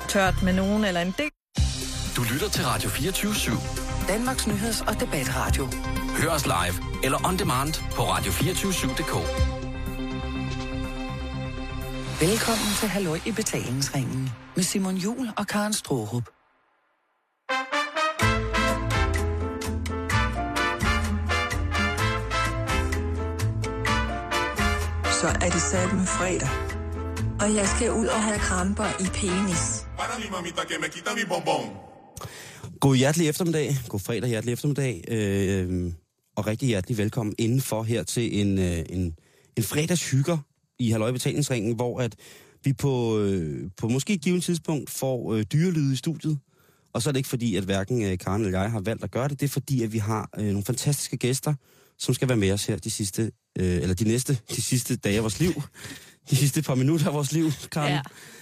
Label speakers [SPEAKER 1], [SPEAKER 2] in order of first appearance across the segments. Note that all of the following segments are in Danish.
[SPEAKER 1] tørt med nogen eller en del.
[SPEAKER 2] Du lytter til Radio 24/7.
[SPEAKER 3] Danmarks nyheds- og debatradio.
[SPEAKER 2] Hør os live eller on demand på radio247.dk.
[SPEAKER 3] Velkommen til Halløj i betalingsringen med Simon Juhl og Karen Straarup.
[SPEAKER 4] Så er det satme fredag, og jeg skal ud og have kramper i penis.
[SPEAKER 5] God hjertelig eftermiddag, god fredag hjertelig eftermiddag, og rigtig hjertelig velkommen indenfor her til en fredagshygger i Halløj Betalingsringen, hvor at vi på måske et givet tidspunkt får dyrelyde i studiet. Og så er det ikke fordi, at hverken Karen eller jeg har valgt at gøre det. Det er fordi, at vi har nogle fantastiske gæster, som skal være med os her de sidste dage af vores liv. De sidste par minutter af vores liv, Karen.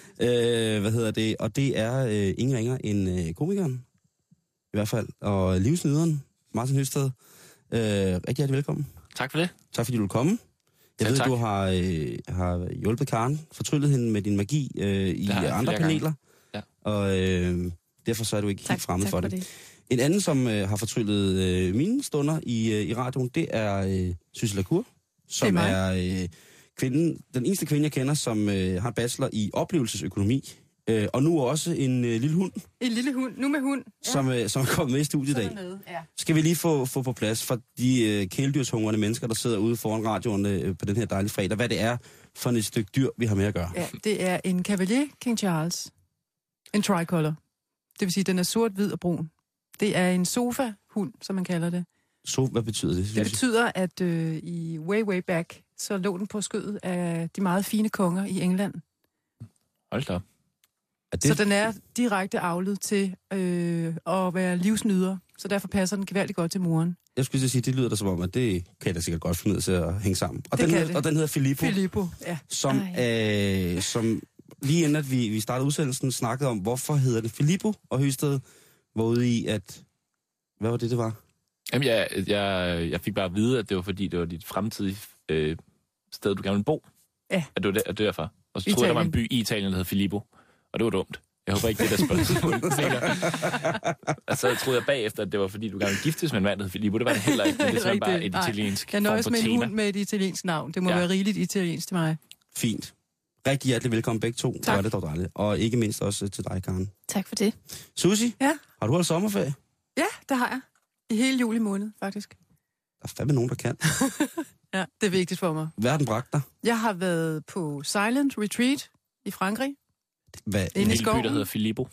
[SPEAKER 5] Ja. Og det er ingen ringer end komikeren. I hvert fald. Og livsnyderen, Martin Høsted. Rigtig hjertelig velkommen.
[SPEAKER 6] Tak for det.
[SPEAKER 5] Tak fordi du vil komme. Jeg ved, du har hjulpet Karen, fortryllet hende med din magi i andre paneler. Ja. Og derfor så er du ikke helt fremmed for det. En anden, som har fortryllet mine stunder i radioen, det er Syssel Lacour, som er den eneste kvinde, jeg kender, som har bachelor i oplevelsesøkonomi. Og nu også en lille hund. En lille hund, nu med hund. Ja. Som er kommet med i studiet i dag. Ja. Skal vi lige få på plads for de kæledyrshungrende mennesker, der sidder ude foran radioen på den her dejlige fredag, hvad det er for et stykke dyr, vi har med at gøre.
[SPEAKER 7] Ja, det er en Cavalier King Charles. En tricolor. Det vil sige, den er sort, hvid og brun. Det er en sofa-hund, som man kalder det.
[SPEAKER 5] Hvad betyder det?
[SPEAKER 7] Det betyder, at i way back, så lå den på skødet af de meget fine konger i England.
[SPEAKER 6] Hold da op.
[SPEAKER 7] Så den er direkte avlet til at være livsnyder, så derfor passer den gevaldigt godt til moren.
[SPEAKER 5] Jeg skulle sige, det lyder da som om, at det kan jeg da sikkert godt finde ud til at hænge sammen. Og den hedder Filippo.
[SPEAKER 7] Filippo, ja.
[SPEAKER 5] Som lige inden at vi startede udsendelsen, snakkede om, hvorfor hedder det Filippo, og Høsted var ude i, at... Hvad var det var?
[SPEAKER 6] Jamen, jeg fik bare at vide, at det var fordi, det var dit fremtidige sted, du gerne ville bo.
[SPEAKER 7] Ja.
[SPEAKER 6] At det var derfor. Og så troede jeg, der var en by i Italien, der hed Filippo. Og det var dumt. Jeg håber ikke, det der spørgsmål. Og så troede jeg bagefter, at det var fordi, du gerne ville giftes med en mand, der hed Filippo. Det var det heller ikke. Det var bare et italiensk form for tema.
[SPEAKER 7] Jeg nøjes med en hund med et italiensk navn. Det må være rigeligt italiensk til mig.
[SPEAKER 5] Fint. Rigtig hjertelig velkommen begge to.
[SPEAKER 7] Tak.
[SPEAKER 5] Det var det dog dejligt. Og ikke mindst også til dig, Karen.
[SPEAKER 8] Tak for det.
[SPEAKER 5] Susie, har du holdt sommerferie?
[SPEAKER 7] Ja, det har jeg. I hele juli måned, faktisk.
[SPEAKER 5] Der er fandme nogen, der kan.
[SPEAKER 7] Ja, det er vigtigt for mig.
[SPEAKER 5] Hvad har den bragt dig?
[SPEAKER 7] Jeg har været på Silent Retreat i Frankrig.
[SPEAKER 5] Hvad?
[SPEAKER 6] En lille by, der hedder Filippo.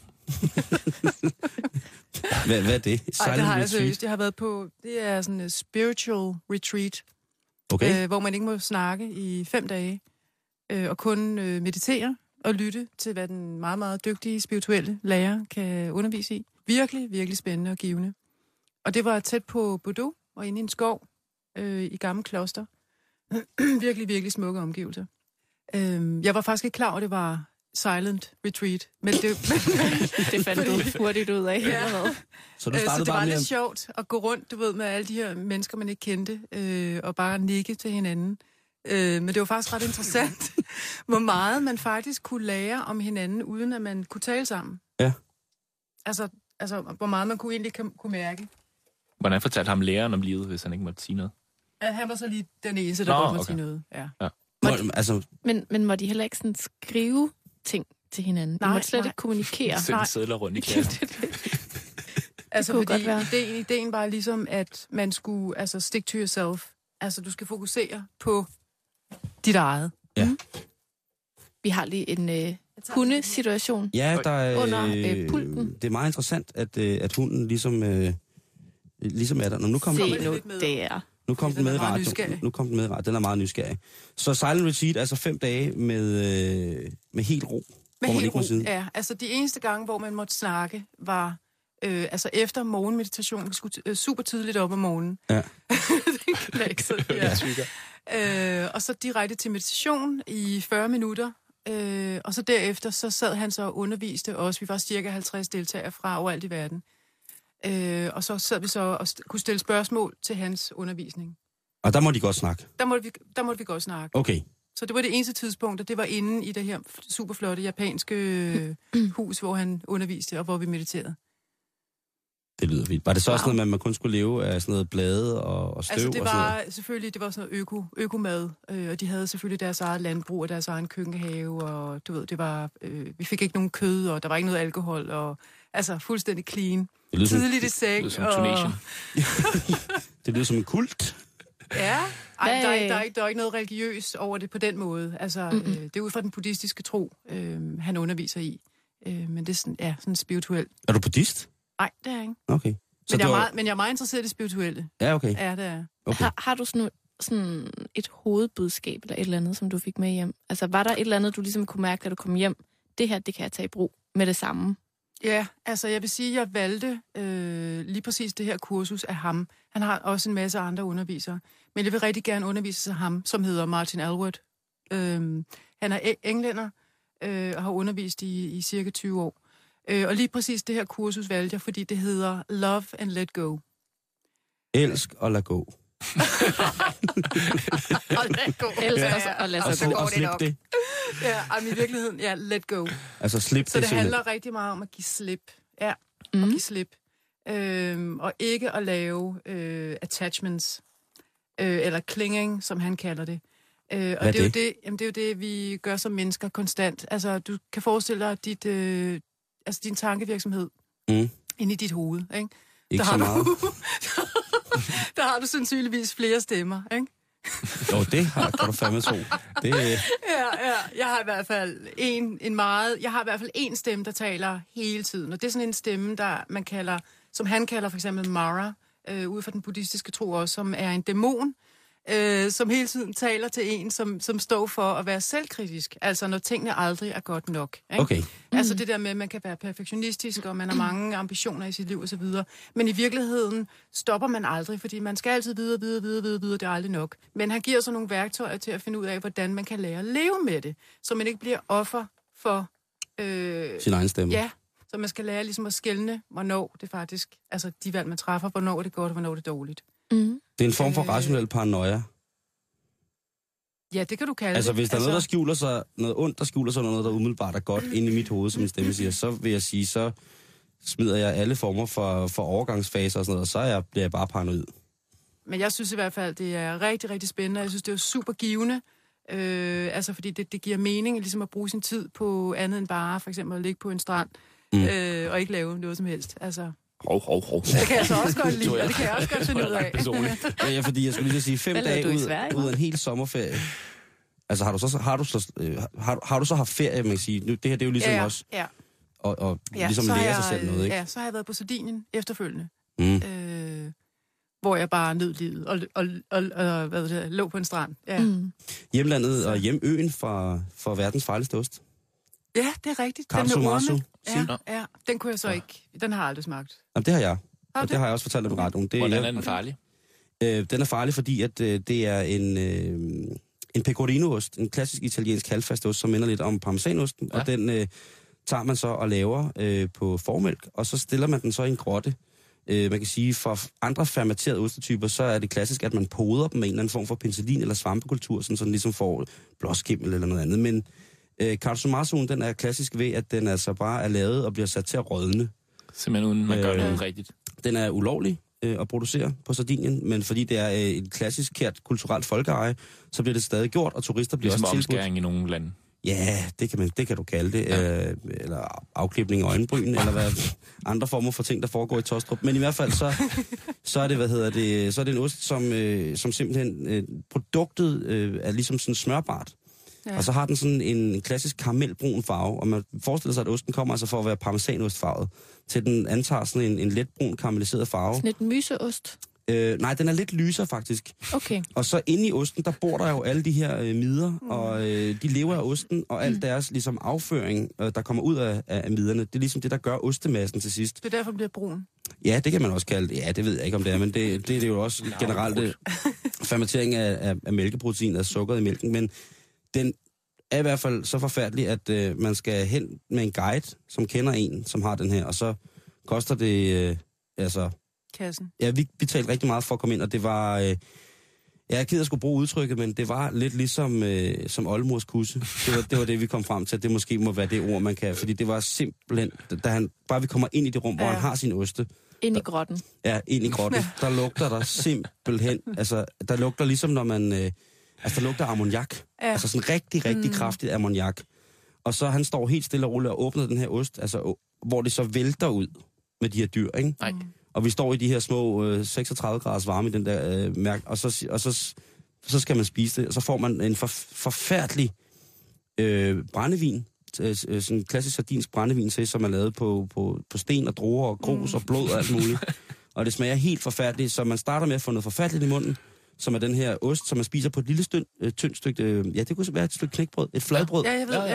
[SPEAKER 5] Hvad er det?
[SPEAKER 7] Nej, det har jeg seriøst. Jeg har været på, det er sådan en spiritual retreat, hvor man ikke må snakke i 5 dage, og kun meditere og lytte til, hvad den meget, meget dygtige spirituelle lærer kan undervise i. Virkelig, virkelig spændende og givende. Og det var tæt på Bordeaux og inde i en skov i Gammel Kloster. Virkelig, virkelig smukke omgivelser. Jeg var faktisk ikke klar over, det var Silent Retreat, men
[SPEAKER 8] det fandt du hurtigt ud af.
[SPEAKER 7] Ja.
[SPEAKER 5] Så
[SPEAKER 7] det var lidt sjovt at gå rundt, du ved, med alle de her mennesker, man ikke kendte, og bare nikke til hinanden. Men det var faktisk ret interessant, hvor meget man faktisk kunne lære om hinanden, uden at man kunne tale sammen.
[SPEAKER 5] Ja.
[SPEAKER 7] Altså hvor meget man egentlig kunne mærke.
[SPEAKER 6] Hvordan fortalte ham læreren om livet, hvis han ikke måtte sige noget?
[SPEAKER 7] Han var så lige den eneste, der måtte sige noget. Ja.
[SPEAKER 8] Men må de heller ikke sådan skrive ting til hinanden? De måtte slet ikke kommunikere.
[SPEAKER 6] Sende sedler rundt i klassen.
[SPEAKER 7] Altså, fordi ideen var ligesom, at man skulle stick to yourself. Altså, du skal fokusere på dit eget.
[SPEAKER 5] Ja.
[SPEAKER 8] Vi har lige en hundesituation under pulten.
[SPEAKER 5] Det er meget interessant, at hunden ligesom er der. Nu kom den med i radioen. Nu kom den med i radioen. Den er meget nysgerrig. Så Silent Retreat, altså 5 dage med helt ro.
[SPEAKER 7] Med helt ro, ja. Altså de eneste gange, hvor man måtte snakke, var efter morgenmeditation. Vi skulle super tidligt op om morgenen.
[SPEAKER 5] Ja.
[SPEAKER 7] Det er ikke sådan, ja. Og så direkte til meditation i 40 minutter. Og så derefter, så sad han så og underviste os. Vi var cirka 50 deltagere fra overalt i verden. Og så sad vi så og kunne stille spørgsmål til hans undervisning.
[SPEAKER 5] Og der må de godt snakke?
[SPEAKER 7] Der måtte vi godt snakke.
[SPEAKER 5] Okay.
[SPEAKER 7] Så det var det eneste tidspunkt, og det var inde i det her superflotte japanske hus, hvor han underviste, og hvor vi mediterede.
[SPEAKER 5] Det lyder vildt. Var det så også noget, at man kun skulle leve af sådan noget blade og støv?
[SPEAKER 7] Altså det
[SPEAKER 5] og sådan
[SPEAKER 7] var
[SPEAKER 5] noget?
[SPEAKER 7] selvfølgelig, det var sådan noget økomad, og de havde selvfølgelig deres eget landbrug og deres egen køkkenhave, og du ved, det var, vi fik ikke nogen kød, og der var ikke noget alkohol, og altså fuldstændig clean. Tidligt i seng.
[SPEAKER 6] Det lyder som Tunesien.
[SPEAKER 5] Det lyder som en kult.
[SPEAKER 7] Ja, der er ikke noget religiøst over det på den måde. Altså, det er ud fra den buddhistiske tro, han underviser i. Men det er sådan spirituelt.
[SPEAKER 5] Er du buddhist?
[SPEAKER 7] Nej, det er jeg ikke.
[SPEAKER 5] Okay.
[SPEAKER 7] Men jeg er meget interesseret i det spirituelle.
[SPEAKER 5] Ja, okay.
[SPEAKER 7] Ja, det er.
[SPEAKER 5] Okay.
[SPEAKER 8] Har du sådan et hovedbudskab eller et eller andet, som du fik med hjem? Altså, var der et eller andet, du ligesom kunne mærke, da du kom hjem? Det her, det kan jeg tage i brug med det samme.
[SPEAKER 7] Ja, altså jeg vil sige, at jeg valgte lige præcis det her kursus af ham. Han har også en masse andre undervisere. Men jeg vil rigtig gerne undervise af ham, som hedder Martin Alward. Han er englænder og har undervist i cirka 20 år. Og lige præcis det her kursus valgte jeg, fordi det hedder Love and Let Go.
[SPEAKER 5] Elsk og lad gå.
[SPEAKER 7] Og let go.
[SPEAKER 8] Elsk og lad sig gå.
[SPEAKER 5] Og slip det.
[SPEAKER 7] Ja, i virkeligheden, ja, let go.
[SPEAKER 5] Altså slip
[SPEAKER 7] Så
[SPEAKER 5] det
[SPEAKER 7] det handler rigtig meget om at give slip. Ja, at give slip. Og ikke at lave attachments. Eller clinging, som han kalder det. Og det er jo det, vi gør som mennesker konstant. Altså, du kan forestille dig din tankevirksomhed inde i dit hoved, ikke?
[SPEAKER 5] Ikke så meget.
[SPEAKER 7] Der har du sandsynligvis flere stemmer, ikke?
[SPEAKER 5] Jo, det kan du fandme tro. Det...
[SPEAKER 7] Ja. Jeg har i hvert fald en stemme, der taler hele tiden. Og det er sådan en stemme, man kalder, som han kalder for eksempel Mara, ud fra den buddhistiske tro også, som er en dæmon, som hele tiden taler til en, som står for at være selvkritisk. Altså når tingene aldrig er godt nok. Ikke?
[SPEAKER 5] Okay.
[SPEAKER 7] Altså det der med, at man kan være perfektionistisk, og man har mange ambitioner i sit liv osv. Men i virkeligheden stopper man aldrig, fordi man skal altid videre, det er aldrig nok. Men han giver så nogle værktøjer til at finde ud af, hvordan man kan lære at leve med det, så man ikke bliver offer for...
[SPEAKER 5] sin egen stemme.
[SPEAKER 7] Ja, så man skal lære ligesom at skelne, hvornår det faktisk... Altså de valg, man træffer, hvornår er det godt, og hvornår er det dårligt.
[SPEAKER 8] Mm.
[SPEAKER 5] Det er en form for rationel paranoia.
[SPEAKER 7] Ja, det kan du kalde
[SPEAKER 5] altså,
[SPEAKER 7] det.
[SPEAKER 5] hvis der er noget, der skjuler sig, noget ondt, der skjuler sig, noget, der umiddelbart er godt inde i mit hoved, som en stemme siger, så vil jeg sige, så smider jeg alle former for overgangsfaser og sådan noget, og så bliver jeg bare paranoid. Men
[SPEAKER 7] jeg synes i hvert fald, det er rigtig, rigtig spændende. Jeg synes, det er super givende. Altså, fordi det giver mening ligesom at bruge sin tid på andet end bare, for eksempel at ligge på en strand, og ikke lave noget som helst. Altså...
[SPEAKER 6] Hov.
[SPEAKER 7] Det kan jeg så også godt lide, og det kan jeg også godt finde ud af.
[SPEAKER 5] Ja, fordi jeg skulle lige sige 5 dage ud af en hel sommerferie. Altså har du så haft ferie, man kan sige? Nu, det her det er jo ligesom også og ligesom lære sig selv noget, ikke?
[SPEAKER 7] Ja, så har jeg været på Sardinien efterfølgende. Hvor jeg bare nød livet og lå på en strand. Ja.
[SPEAKER 5] Hjemlandet og hjemøen for verdens farligste ost.
[SPEAKER 7] Ja, det er rigtigt.
[SPEAKER 5] Carl Masu.
[SPEAKER 7] Ja, den kunne jeg så ikke. Den har jeg aldrig smagt.
[SPEAKER 5] Jamen, det har jeg. Og det har jeg også fortalt om radioen.
[SPEAKER 6] Hvordan er den farlig?
[SPEAKER 5] Den er farlig, fordi at det er en pecorino-ost, en klassisk italiensk halvfast ost, som minder lidt om parmesanosten, og den tager man så og laver på formælk, og så stiller man den så i en grotte. Man kan sige, for andre fermenterede ostetyper, så er det klassisk, at man poder dem med en eller anden form for penicillin eller svampekultur, så den ligesom får blåskimmel eller noget andet. Men Karsumasuen, den er klassisk ved, at den altså bare er lavet og bliver sat til at rådne.
[SPEAKER 6] Simpelthen uden man gør noget rigtigt.
[SPEAKER 5] Den er ulovlig at producere på Sardinien, men fordi det er et klassisk kært kulturelt folkeeje, så bliver det stadig gjort, og turister bliver
[SPEAKER 6] ligesom
[SPEAKER 5] også tilbudt.
[SPEAKER 6] omskæring i nogle lande.
[SPEAKER 5] Ja, det kan du kalde det. Ja. Eller afklipning af øjenbryn, eller hvad andre former for ting, der foregår i Tostrup. Men i hvert fald, så er det, så er det en ost, som simpelthen produktet er ligesom sådan smørbart. Ja. Og så har den sådan en klassisk karamelbrun farve, og man forestiller sig, at osten kommer altså for at være parmesanostfarvet, til den antager sådan en let brun karamelliseret farve.
[SPEAKER 8] Sådan et myseost?
[SPEAKER 5] Nej, den er lidt lyser faktisk.
[SPEAKER 8] Okay.
[SPEAKER 5] Og så inde i osten, der bor der jo alle de her midder, og de lever af osten, og alt deres ligesom afføring, der kommer ud af midderne, det er ligesom det, der gør ostemassen til sidst.
[SPEAKER 7] Det er derfor, den bliver brun?
[SPEAKER 5] Ja, det kan man også kalde det. Ja, det ved jeg ikke, om det er, men det er jo også generelt fermentering af mælkeprotein, af sukkeret i mælken, men den er i hvert fald så forfærdelig, at man skal hen med en guide, som kender en, som har den her, og så koster det,
[SPEAKER 7] kassen.
[SPEAKER 5] Ja, vi betalte rigtig meget for at komme ind, og det var Jeg er ked af at skulle bruge udtrykket, men det var lidt ligesom som oldemors kusse. Det var det, vi kom frem til, at det måske må være det ord, man kan. Fordi det var simpelthen, bare vi kommer ind i det rum, hvor han har sin oste.
[SPEAKER 8] Ind i grotten.
[SPEAKER 5] Ja, ind i grotten. Der lugter der simpelthen, altså der lugter ligesom når man, der lugter ammoniak. Ja. Altså sådan rigtig kraftigt ammoniak. Og så han står helt stille og roligt og åbner den her ost, altså hvor det så vælter ud med de her dyr, ikke?
[SPEAKER 6] Nej.
[SPEAKER 5] Og vi står i de her små 36 graders varme i den der mærke, og så skal man spise det, og så får man en forfærdelig brændevin, sådan en klassisk sardinsk brændevin til, som er lavet på sten og druer og grus og blod og alt muligt. Og det smager helt forfærdeligt, så man starter med at få noget forfærdeligt i munden, som er den her ost, som man spiser på et lille tyndt stykke, det kunne være et stykke knækbrød, et fladbrød.
[SPEAKER 7] Ja, jeg ved,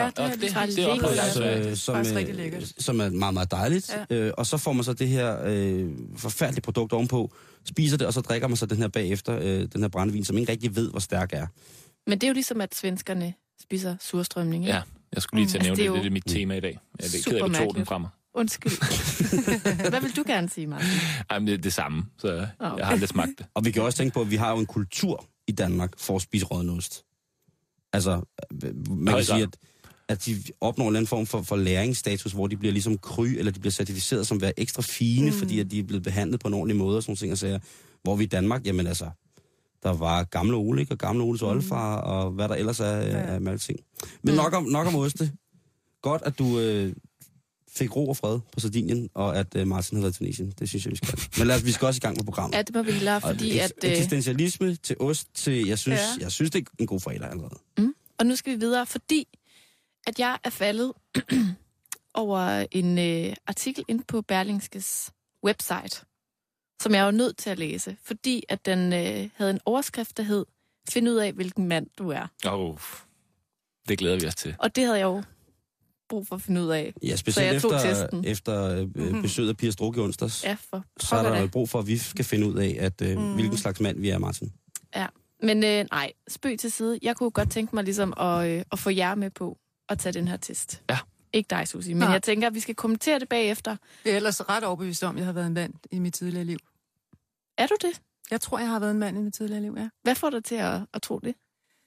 [SPEAKER 5] som er meget, meget dejligt. Ja. Og så får man så det her forfærdelige produkt ovenpå, spiser det, og så drikker man så den her bagefter, den her brændevin, som ingen rigtig ved, hvor stærk er.
[SPEAKER 8] Men det er jo ligesom, at svenskerne spiser surstrømning, ikke?
[SPEAKER 6] Ja, jeg skulle lige til at nævne det er mit tema i dag. Jeg er ked af, at du tog den fra mig.
[SPEAKER 8] Undskyld. Hvad vil du gerne sige, Martin?
[SPEAKER 6] Jamen, det er det samme, så jeg har lidt smagt det.
[SPEAKER 5] Og vi kan også tænke på, at vi har jo en kultur i Danmark for at spise rådnost. Altså, man kan sige, at de opnår en eller anden form for læringsstatus, hvor de bliver ligesom eller de bliver certificeret som være ekstra fine, fordi at de er blevet behandlet på en ordentlig måde, og sådan ting, og sager. Hvor vi i Danmark, jamen altså, der var gamle Ole, ikke? Og gamle Oles oldefar, og hvad der ellers er af alting. Men nok om oste. Godt, at du fik ro og fred på Sardinien, og at Martin har været i Tunesien. Det synes jeg, vi skal. Men vi skal også i gang med programmet.
[SPEAKER 8] Ja, det må vi lade, fordi at
[SPEAKER 5] eksistentialisme til ost, til jeg synes, det er en god fredag allerede.
[SPEAKER 8] Og nu skal vi videre, fordi at jeg er faldet over en artikel inde på Berlingskes website, som jeg var nødt til at læse, fordi at den havde en overskrift, der hed "Find ud af, hvilken mand du er".
[SPEAKER 6] Det glæder vi os til.
[SPEAKER 8] Og det havde jeg jo brug for at finde ud af.
[SPEAKER 5] Ja, specielt efter besøget af Pia Strug i onsdags.
[SPEAKER 8] Ja,
[SPEAKER 5] så er der jo brug for, at vi skal finde ud af, at hvilken slags mand vi er, Martin.
[SPEAKER 8] Ja, men nej, spøg til side. Jeg kunne godt tænke mig ligesom at få jer med på at tage den her test.
[SPEAKER 6] Ja.
[SPEAKER 8] Ikke dig, Susie, men jeg tænker, at vi skal kommentere det bagefter.
[SPEAKER 7] Jeg er ellers ret overbevist om, at jeg har været en mand i mit tidligere liv.
[SPEAKER 8] Er du det?
[SPEAKER 7] Jeg tror, jeg har været en mand i mit tidligere liv, ja.
[SPEAKER 8] Hvad får dig til at tro det?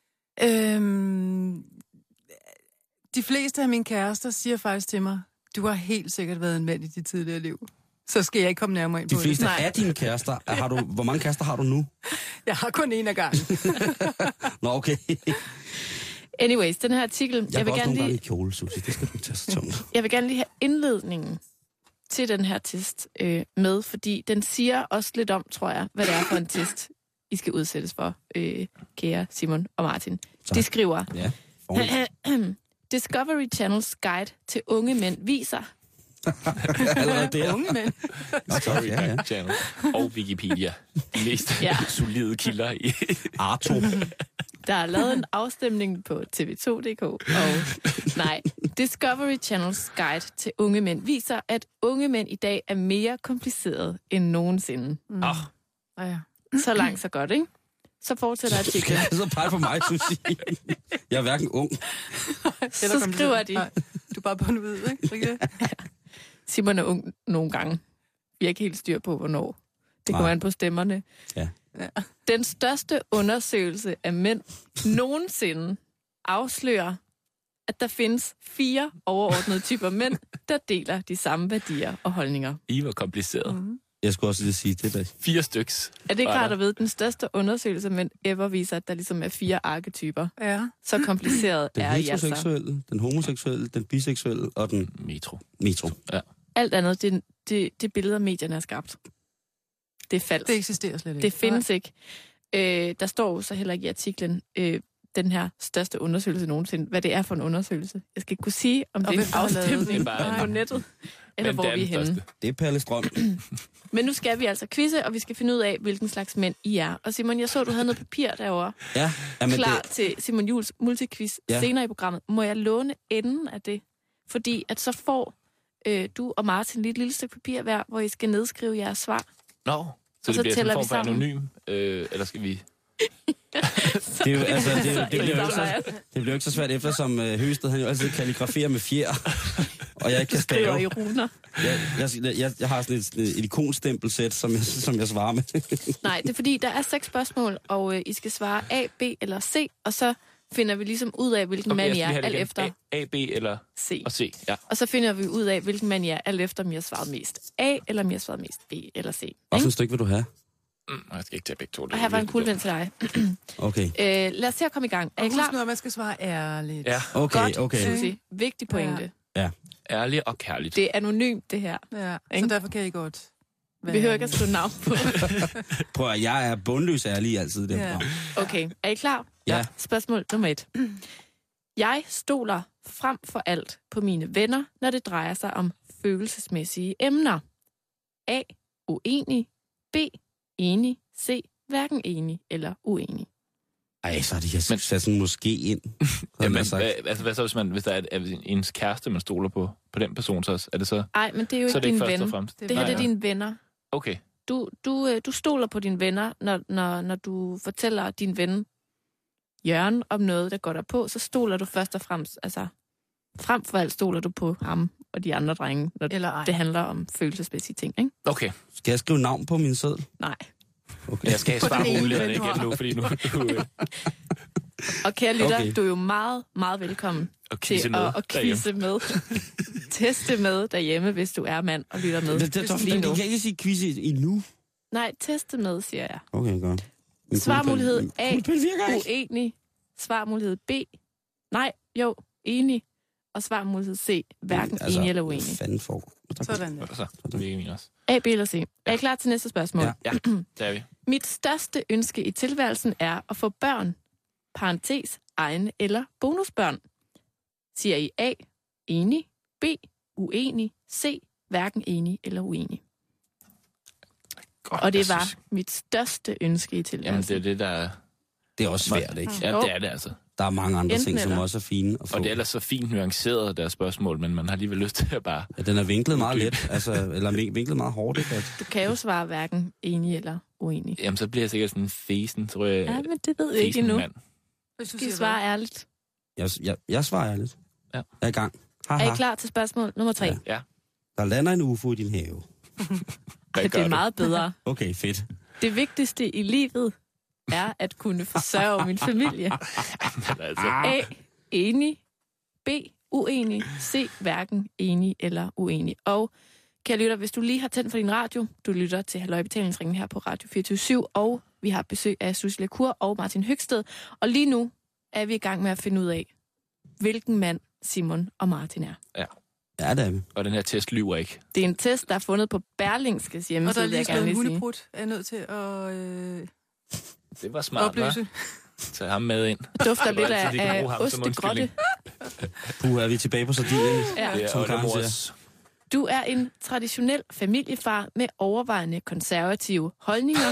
[SPEAKER 7] De fleste af mine kærester siger faktisk til mig, du har helt sikkert været en mand i dit tidligere liv. Så skal jeg ikke komme nærmere ind på det.
[SPEAKER 5] De fleste af dine kærester, hvor mange kærester har du nu?
[SPEAKER 7] Jeg har kun en af gangen.
[SPEAKER 5] Nå, okay.
[SPEAKER 8] Anyways, den her artikel...
[SPEAKER 5] Jeg vil gerne lige... kjole, Susie. Det skal du tage så tungt.
[SPEAKER 8] Jeg vil gerne lige have indledningen til den her test med, fordi den siger også lidt om, tror jeg, hvad det er for en test, I skal udsættes for, kære Simon og Martin. Tak. De skriver...
[SPEAKER 5] Ja,
[SPEAKER 8] Discovery Channels guide til unge mænd viser...
[SPEAKER 5] Allerede der.
[SPEAKER 7] Unge mænd.
[SPEAKER 6] Discovery Channel og Wikipedia. De mest solide kilder i...
[SPEAKER 5] Arto.
[SPEAKER 8] Der er lavet en afstemning på tv2.dk, og Discovery Channels guide til unge mænd viser, at unge mænd i dag er mere komplicerede end nogensinde. Så langt, så godt, ikke? Så fortsætter artiklen.
[SPEAKER 5] Så pege på mig, Susie. Jeg er hverken ung.
[SPEAKER 8] Så skriver de...
[SPEAKER 7] Nej, du er bare på en hvid, ikke?
[SPEAKER 8] Simon er ung nogle gange. Vi har ikke helt styr på, hvornår. Det kommer an på stemmerne.
[SPEAKER 5] Ja.
[SPEAKER 8] Den største undersøgelse af mænd nogensinde afslører, at der findes 4 overordnede typer mænd, der deler de samme værdier og holdninger.
[SPEAKER 6] I var kompliceret.
[SPEAKER 5] Jeg skulle også lige sige det.
[SPEAKER 6] 4 styks.
[SPEAKER 8] Er det ikke rart at vide, den største undersøgelse af mænd ever viser, at der ligesom er 4 arketyper?
[SPEAKER 7] Ja.
[SPEAKER 8] Så kompliceret er jeg så.
[SPEAKER 5] Den heteroseksuelle, den homoseksuelle, den biseksuelle og den... Metro.
[SPEAKER 6] Ja.
[SPEAKER 8] Alt andet, det billeder, medierne har skabt. Det er falsk.
[SPEAKER 7] Det eksisterer slet ikke.
[SPEAKER 8] Det findes ikke. Der står jo så heller ikke i artiklen, den her største undersøgelse nogensinde. Hvad det er for en undersøgelse. Jeg skal ikke kunne sige, om det er en afstemning på nettet, eller hvor vi er henne.
[SPEAKER 5] Det er Palle Strøm.
[SPEAKER 8] Men nu skal vi altså quizze, og vi skal finde ud af, hvilken slags mænd I er. Og Simon, jeg så, du havde noget papir derovre.
[SPEAKER 5] Ja.
[SPEAKER 8] Klar til Simon Juhls multiquiz senere i programmet. Må jeg låne enden af det? Fordi at så får du og Martin lige et lille stykke papir hver, hvor I skal nedskrive jeres svar.
[SPEAKER 6] Nå, så det bliver sådan en form for anonym, eller skal vi...
[SPEAKER 5] Det er jo, altså, det bliver ikke så svært, eftersom Høsted han jo altid kalligraferer med fjer, og jeg ikke kan stave.
[SPEAKER 8] I runer.
[SPEAKER 5] Jeg har sådan et ikonstempelsæt, som jeg svarer med.
[SPEAKER 8] Nej, det er fordi, der er 6 spørgsmål, og I skal svare A, B eller C, og så finder vi ligesom ud af, hvilken mand I er, alt efter...
[SPEAKER 6] A, B eller
[SPEAKER 8] C.
[SPEAKER 6] Og C, ja.
[SPEAKER 8] Og så finder vi ud af, hvilken mand I er, alt efter, om I har svaret mest A, eller om I har svaret mest B eller C.
[SPEAKER 5] Hvad for et stykke vil du have?
[SPEAKER 6] Jeg skal ikke tage begge to.
[SPEAKER 8] Og her var en kuglepen til dig.
[SPEAKER 5] Okay.
[SPEAKER 8] Lad os se at komme i gang. Er I klar?
[SPEAKER 7] Husk nu, at man skal svare ærligt.
[SPEAKER 6] Ja.
[SPEAKER 5] Okay.
[SPEAKER 8] Susie. Vigtig pointe.
[SPEAKER 5] Ja.
[SPEAKER 6] Ærligt og kærligt.
[SPEAKER 8] Det er anonymt, det her.
[SPEAKER 7] Ja,
[SPEAKER 8] ikke?
[SPEAKER 7] så derfor kan I godt...
[SPEAKER 8] Vi behøver ikke at skrive navn på.
[SPEAKER 5] Prøv at jeg er bundløs ærlig altid. Det
[SPEAKER 7] Ja.
[SPEAKER 8] Okay, er I klar?
[SPEAKER 5] Ja.
[SPEAKER 8] Spørgsmål nummer 1. Jeg stoler frem for alt på mine venner, når det drejer sig om følelsesmæssige emner. A. Uenig. B. Enig. C. Hverken enig eller uenig.
[SPEAKER 5] Ej, så er det jeg sat sådan måske ind.
[SPEAKER 6] Jamen, hvad så, hvis der er ens kæreste, man stoler på den person, så er det så...
[SPEAKER 8] Nej, men det er jo
[SPEAKER 6] så
[SPEAKER 8] ikke
[SPEAKER 6] er det
[SPEAKER 8] dine
[SPEAKER 6] ikke
[SPEAKER 8] venner. Det her det er dine venner.
[SPEAKER 6] Okay.
[SPEAKER 8] Du stoler på dine venner, når du fortæller din ven Jørgen om noget, der går der på, så stoler du først og fremmest, altså frem for alt stoler du på ham og de andre drenge, når det handler om følelsesmæssige ting, ikke?
[SPEAKER 6] Okay.
[SPEAKER 5] Skal jeg skrive navn på min seddel?
[SPEAKER 8] Nej.
[SPEAKER 5] Okay.
[SPEAKER 6] Jeg skal svare mulighederne igen nu, fordi nu...
[SPEAKER 8] Og kære lytter, du er jo meget, meget velkommen til at quizze med. Teste med derhjemme, hvis du er mand og lytter med.
[SPEAKER 5] Det kan ikke sige quizze endnu.
[SPEAKER 8] Nej, teste med, siger jeg.
[SPEAKER 5] Okay, godt.
[SPEAKER 8] Svarmulighed A, uenig. Svarmulighed B, nej, jo, enig. Og svarmulighed C, hverken enig eller uenig.
[SPEAKER 5] Hvad fanden får?
[SPEAKER 7] Sådan der.
[SPEAKER 6] Så det er ikke min også.
[SPEAKER 8] A, B eller C. Er I klar til næste spørgsmål?
[SPEAKER 6] Ja, det er vi.
[SPEAKER 8] Mit største ønske i tilværelsen er at få børn, parentes, egne eller bonusbørn. Siger I A, enig, B, uenig, C, hverken enig eller uenig.
[SPEAKER 6] God,
[SPEAKER 8] og det var mit største ønske i tilværelsen.
[SPEAKER 6] Jamen, det er det, der...
[SPEAKER 5] Det er også svært, ikke?
[SPEAKER 6] Ja, det er det altså.
[SPEAKER 5] Der er mange andre
[SPEAKER 8] Enten
[SPEAKER 5] ting, som
[SPEAKER 8] eller.
[SPEAKER 5] også er fine at få.
[SPEAKER 6] Og det er ellers så fint nuanceret, deres spørgsmål, men man har alligevel lyst til at bare...
[SPEAKER 5] Ja, den er vinklet meget let, altså, eller vinklet meget hårdt, ikke?
[SPEAKER 8] Du kan jo svare hverken enig eller uenig.
[SPEAKER 6] Jamen, så bliver jeg sikkert sådan en fesen, tror jeg.
[SPEAKER 8] Ja, men det ved jeg ikke endnu.
[SPEAKER 7] Hvis du
[SPEAKER 8] skal I svare ærligt.
[SPEAKER 5] Jeg svarer ærligt.
[SPEAKER 6] Ja.
[SPEAKER 5] Jeg er i gang.
[SPEAKER 8] Er I klar til spørgsmål nummer 3?
[SPEAKER 6] Ja.
[SPEAKER 5] Der lander en UFO i din have.
[SPEAKER 8] Det er meget bedre.
[SPEAKER 5] Okay, fedt.
[SPEAKER 8] Det vigtigste i livet er at kunne forsørge min familie. A. Enig. B. Uenig. C. Hverken enig eller uenig. Og kære lytter, hvis du lige har tændt for din radio, du lytter til Halløj Betalingsringen her på Radio 24/7, og vi har besøg af Susie Lacour og Martin Høgsted. Og lige nu er vi i gang med at finde ud af, hvilken mand Simon og Martin er.
[SPEAKER 6] Ja.
[SPEAKER 5] Ja, det er vi.
[SPEAKER 6] Og den her test lyver ikke.
[SPEAKER 8] Det er en test, der er fundet på Berlingskes hjemmeside.
[SPEAKER 7] Og der er lige skrevet en
[SPEAKER 8] sige.
[SPEAKER 7] hundebrud, er nødt til at
[SPEAKER 6] det var smart,
[SPEAKER 7] opløse.
[SPEAKER 6] Tag ham med ind.
[SPEAKER 8] Det dufter lidt af ostegrotte.
[SPEAKER 5] Er vi tilbage på Sardinien?
[SPEAKER 8] Ja.
[SPEAKER 5] Som Karen siger.
[SPEAKER 8] Du er en traditionel familiefar med overvejende konservative holdninger.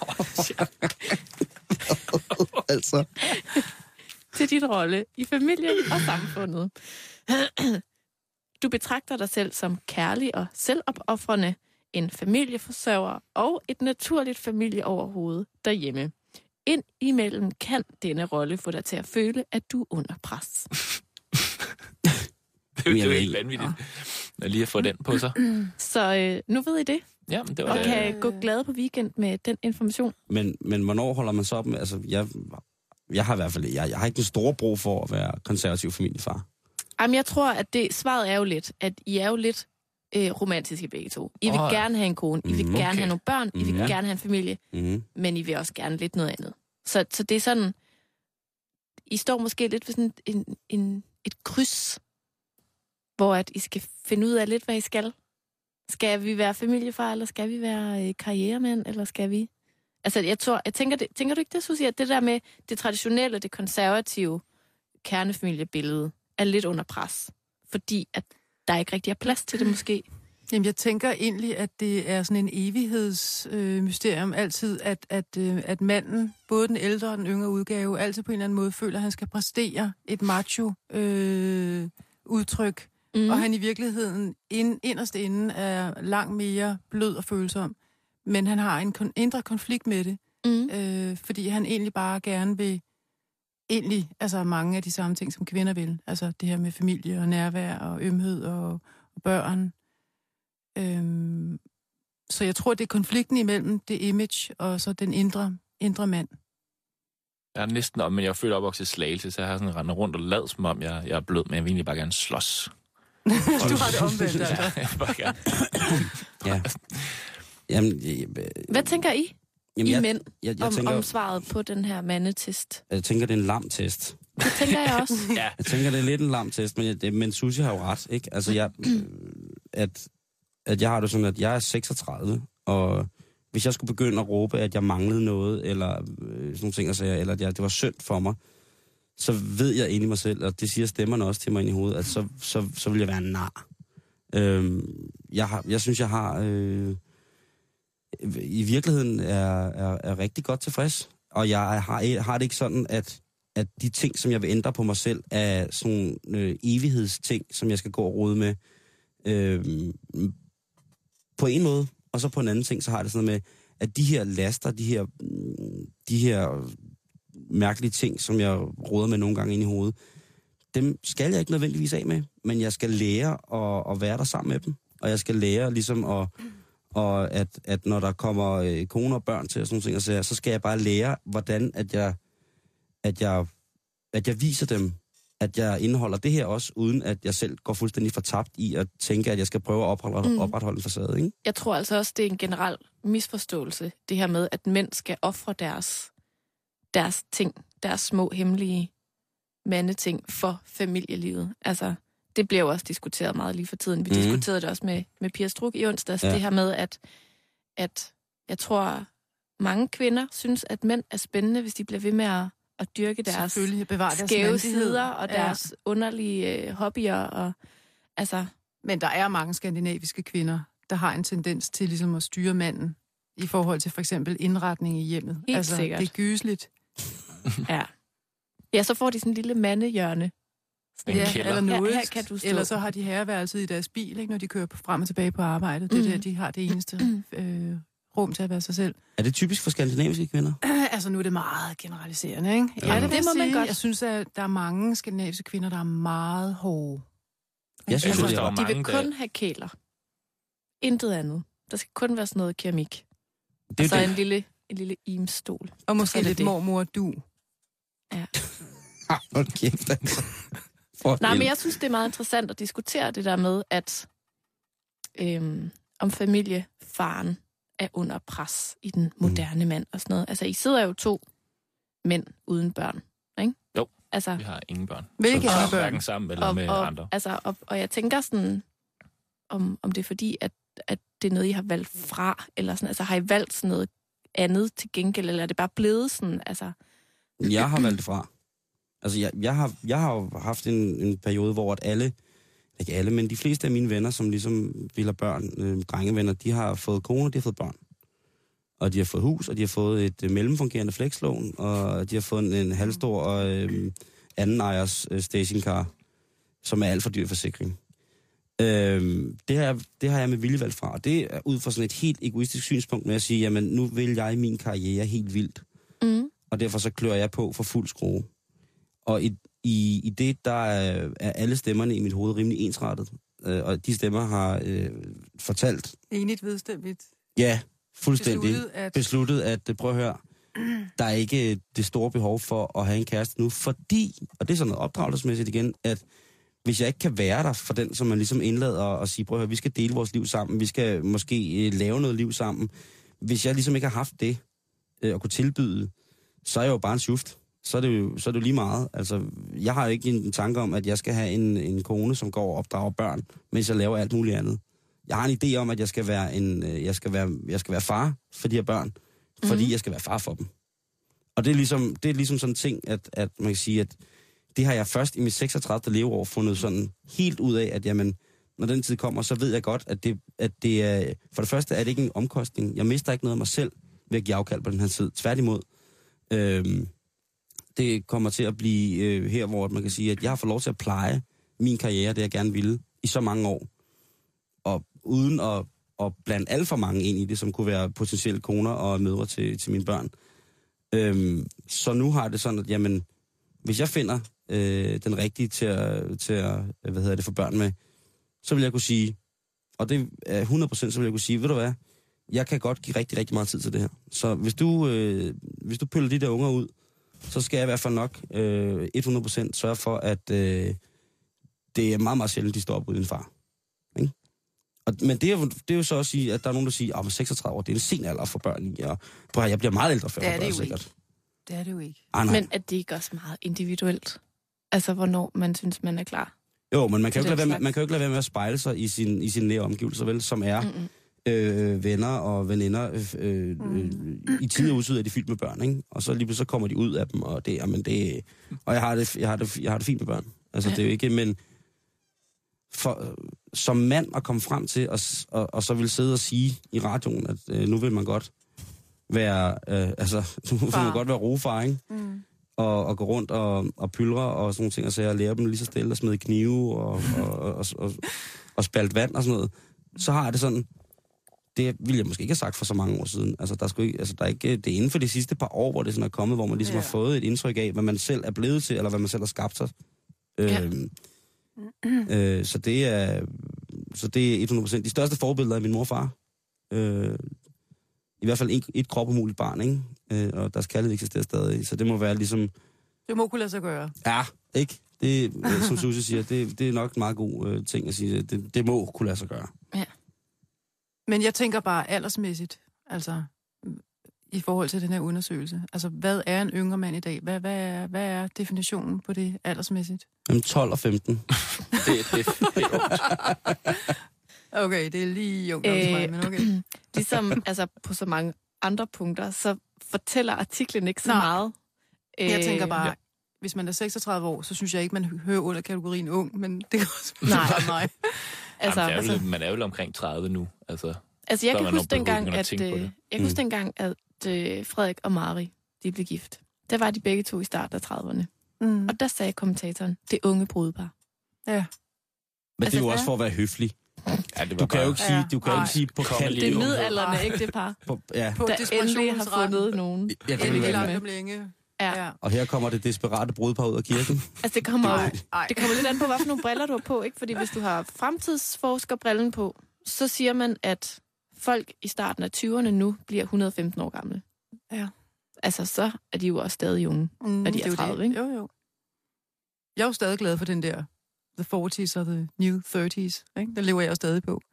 [SPEAKER 5] Altså.
[SPEAKER 8] Til din rolle i familien og samfundet. Du betragter dig selv som kærlig og selvopofrende, en familieforsørger og et naturligt familieoverhoved derhjemme. Ind imellem kan denne rolle få dig til at føle, at du er under pres.
[SPEAKER 6] Det er jo helt vanvittigt, at lige at få den på sig.
[SPEAKER 8] Så nu ved I det.
[SPEAKER 6] Ja, det var
[SPEAKER 8] og kan gå glade på weekend med den information.
[SPEAKER 5] Men hvornår holder man så op med... Altså, jeg har i hvert fald... Jeg har ikke den store brug for at være konservativ familiefar.
[SPEAKER 8] Jamen, jeg tror, at svaret er jo lidt, at I er jo lidt romantiske begge to. I vil gerne have en kone, I vil gerne have nogle børn, I vil gerne have en familie, men I vil også gerne lidt noget andet. Så det er sådan... I står måske lidt ved sådan et kryds, hvor at I skal finde ud af lidt, hvad I skal. Skal vi være familiefar, eller skal vi være karrieremænd, eller skal vi... Altså, tænker du ikke det, Susie, at det der med det traditionelle, det konservative kernefamiliebillede er lidt under pres, fordi at der ikke rigtig er plads til det måske?
[SPEAKER 7] Jamen, jeg tænker egentlig, at det er sådan en evighedsmysterium altid, at manden, både den ældre og den yngre udgave, altid på en eller anden måde føler, at han skal præstere et macho-udtryk, og han i virkeligheden inderst inde er langt mere blød og følsom. Men han har en indre konflikt med det, fordi han egentlig bare gerne vil altså mange af de samme ting, som kvinder vil. Altså det her med familie og nærvær og ømhed og børn. Så jeg tror, det er konflikten imellem det image og så den indre mand.
[SPEAKER 6] Jeg er næsten om, men jeg føler opvokset Slagelse, så jeg har sådan rendet rundt og lavet, som om jeg er blød, men jeg vil egentlig bare gerne slås.
[SPEAKER 7] Du har det omvendt, altså.
[SPEAKER 6] Ja, jeg vil bare gerne.
[SPEAKER 5] Ja. Jamen,
[SPEAKER 8] hvad tænker I?
[SPEAKER 5] Jamen,
[SPEAKER 8] Jeg tænker, om svaret på den her mandetest?
[SPEAKER 5] Jeg tænker, det er en lam test.
[SPEAKER 8] Det tænker jeg også.
[SPEAKER 6] Ja.
[SPEAKER 5] Jeg tænker, det er lidt en lam test, men Susie har jo ret, ikke? Altså, at jeg har det sådan, at jeg er 36, og hvis jeg skulle begynde at råbe, at jeg manglede noget, eller sådan nogle ting, eller at det var synd for mig, så ved jeg inde i mig selv, og det siger stemmerne også til mig ind i hovedet, at så vil jeg være en nar. Jeg synes, jeg har... I virkeligheden er rigtig godt tilfreds, og jeg har det ikke sådan, at de ting, som jeg vil ændre på mig selv, er sådan evighedsting, som jeg skal gå og rode med. På en måde, og så på en anden ting, så har det sådan med, at de her laster, de her mærkelige ting, som jeg råder med nogle gange ind i hovedet, dem skal jeg ikke nødvendigvis af med, men jeg skal lære at være der sammen med dem, og jeg skal lære ligesom at når der kommer koner og børn til og sådan nogle ting, så skal jeg bare lære, hvordan at jeg viser dem, at jeg indeholder det her også, uden at jeg selv går fuldstændig fortabt i at tænke, at jeg skal prøve at opretholde en facade, ikke?
[SPEAKER 8] Jeg tror altså også, det er en generel misforståelse, det her med, at mænd skal ofre deres ting, deres små hemmelige mandeting for familielivet. Altså, det bliver jo også diskuteret meget lige for tiden. Vi diskuterede det også med Pia Struk i onsdags, det her med, at jeg tror, mange kvinder synes, at mænd er spændende, hvis de bliver ved med at dyrke deres skæve sider og deres underlige hobbyer. Og, altså.
[SPEAKER 7] Men der er mange skandinaviske kvinder, der har en tendens til ligesom at styre manden i forhold til for eksempel indretning i hjemmet.
[SPEAKER 8] Helt sikkert.
[SPEAKER 7] Det er gysligt.
[SPEAKER 8] Ja, så får de sådan en lille mandehjørne.
[SPEAKER 7] Eller noget.
[SPEAKER 8] Her kan du stå.
[SPEAKER 7] Eller så har de herreværelset i deres bil, ikke, når de kører frem og tilbage på arbejdet. Det er der, de har det eneste rum til at være sig selv.
[SPEAKER 5] Er det typisk for skandinaviske kvinder?
[SPEAKER 7] Altså, nu er det meget generaliserende, ikke?
[SPEAKER 8] Ja, det må man godt.
[SPEAKER 7] Jeg synes, at der er mange skandinaviske kvinder, der er meget hårde.
[SPEAKER 5] Jeg synes,
[SPEAKER 8] de vil kun have kæler. Intet andet. Der skal kun være sådan noget keramik. Og så en lille imstol.
[SPEAKER 7] Og måske lidt mormor du.
[SPEAKER 8] Ja.
[SPEAKER 5] Hold kæft, altså.
[SPEAKER 8] Nej, men jeg synes, det er meget interessant at diskutere det der med, at om familiefaren er under pres i den moderne mand og sådan noget. Altså, I sidder jo 2 mænd uden børn, ikke?
[SPEAKER 6] Jo,
[SPEAKER 8] altså,
[SPEAKER 6] vi har ingen børn.
[SPEAKER 7] Hvilke børn?
[SPEAKER 6] Hverken sammen eller med andre.
[SPEAKER 8] Altså, og jeg tænker sådan, om det er fordi, at det er noget, I har valgt fra, eller sådan, altså har I valgt sådan noget andet til gengæld, eller er det bare blevet sådan, altså...
[SPEAKER 5] Jeg har valgt det fra. Altså, jeg har jo haft en periode, hvor at ikke alle, men de fleste af mine venner, som ligesom vil have børn, drengevenner, de har fået kone, de har fået børn. Og de har fået hus, og de har fået et mellemfungerende flexlån, og de har fået en halvstor anden ejers stationcar, som er alt for dyr forsikring. Det har jeg med vilje valgt fra, og det er ud fra sådan et helt egoistisk synspunkt, med at sige, jamen nu vil jeg min karriere helt vildt. Og derfor så klør jeg på for fuld skrue. Og i det, der er alle stemmerne i mit hoved rimelig ensrettet. Og de stemmer har fortalt...
[SPEAKER 7] Enigt vedstemmigt.
[SPEAKER 5] Ja, fuldstændig. Besluttet, at prøv at høre, der er ikke det store behov for at have en kæreste nu, fordi, og det er sådan noget opdragelsesmæssigt igen, at hvis jeg ikke kan være der for den, som man ligesom indlader og sige, prøv at høre, vi skal dele vores liv sammen, vi skal måske lave noget liv sammen. Hvis jeg ligesom ikke har haft det at kunne tilbyde, så er jeg jo bare en sjuft. Så er det jo lige meget. Altså, jeg har ikke en tanke om, at jeg skal have en kone, som går og opdrager børn, mens jeg laver alt muligt andet. Jeg har en idé om, at jeg skal være far for de her børn, fordi jeg skal være far for dem. Og det er ligesom sådan en ting, at man kan sige, at det har jeg først i mit 36. leveår fundet sådan helt ud af, at jamen, når den tid kommer, så ved jeg godt, at det er... For det første er det ikke en omkostning. Jeg mister ikke noget af mig selv ved at give afkald på den her tid. Tværtimod. Det kommer til at blive her, hvor man kan sige, at jeg har fået lov til at pleje min karriere, det jeg gerne ville, i så mange år. Og uden at blande alt for mange ind i det, som kunne være potentielle koner og mødre til mine børn. Så nu har det sådan, at jamen, hvis jeg finder den rigtige til at få børn med, så vil jeg kunne sige, og det er 100%, så vil jeg kunne sige, ved du hvad, jeg kan godt give rigtig, rigtig meget tid til det her. Så hvis du pøller de der unger ud, så skal jeg i hvert fald nok 100% sørge for, at det er meget, meget sjældent, de står op uden din far. Ikke? Men det er jo så også sige, at der er nogen, der siger, at 36 år, det er en sen alder for børn i, og jeg bliver meget ældre før.
[SPEAKER 7] Det er det jo sikkert. Ikke. Det er det jo ikke.
[SPEAKER 8] Men er det ikke også meget individuelt? Altså, hvornår man synes, man er klar?
[SPEAKER 5] Jo, men man kan jo ikke lade være med at spejle sig i sin nære omgivelser, vel, som er venner og veninder. I tid og udsyd er de fyldt med børn, ikke? Og så lige pludselig kommer de ud af dem, og og jeg har det fint med børn. Altså, det er jo ikke, men som mand at komme frem til, og så vil sidde og sige i radioen, at nu vil man godt være, nu vil man godt være rofar, ikke? Og gå rundt og pylre og sådan nogle ting, og så jeg lærer dem lige så stille at smide knive og spalte vand og sådan noget. Så har jeg det sådan, det ville jeg måske ikke have sagt for så mange år siden. Altså, der er ikke, det er inden for de sidste par år, hvor det sådan er kommet, hvor man ligesom har fået et indtryk af, hvad man selv er blevet til, eller hvad man selv har skabt sig. Så det er 100%. De største forbilleder er min mor og far. I hvert fald et kropumuligt barn, ikke? Og deres kærlighed eksisterer stadig. Så det må være ligesom...
[SPEAKER 7] Det må kunne lade sig gøre.
[SPEAKER 5] Ja, ikke? Det, som Susie siger, det er nok en meget god ting at sige. Det må kunne lade sig gøre.
[SPEAKER 7] Ja. Men jeg tænker bare aldersmæssigt, altså i forhold til den her undersøgelse. Altså, hvad er en yngre mand i dag? Hvad er definitionen på det aldersmæssigt?
[SPEAKER 5] 12 og 15.
[SPEAKER 6] det er ungt.
[SPEAKER 7] Okay, det er lige ungt til mig, men okay.
[SPEAKER 8] Ligesom altså, på så mange andre punkter, så fortæller artiklen ikke så meget.
[SPEAKER 7] Jeg tænker bare, hvis man er 36 år, så synes jeg ikke, man hører under kategorien ung, men det kan også
[SPEAKER 8] være
[SPEAKER 7] mig.
[SPEAKER 6] Man er jo omkring 30 nu. Altså
[SPEAKER 8] jeg kan huske dengang, at Frederik og Mari, de blev gift. Der var de begge to i starten af 30'erne. Og der sagde kommentatoren, det unge brudepar.
[SPEAKER 7] Ja.
[SPEAKER 5] Men det er jo også for at være høflig. Ja, du kan jo ikke sige på kant.
[SPEAKER 8] Det er midaldrende, ikke det par. Der endelig har fundet nogen.
[SPEAKER 7] Endelig langt om længe.
[SPEAKER 8] Ja.
[SPEAKER 5] Og her kommer det desperate brudepar ud af kirken.
[SPEAKER 8] Altså det kommer lidt an på, hvad for nogle briller du har på, ikke? Fordi hvis du har fremtidsforskerbrillen på, så siger man, at folk i starten af 20'erne nu bliver 115 år gamle.
[SPEAKER 7] Ja.
[SPEAKER 8] Altså så er de jo også stadig unge, når de er 30, ikke?
[SPEAKER 7] Jo. Jeg er jo stadig glad for den der the 40s og the new 30s, ikke? Den lever jeg jo stadig på.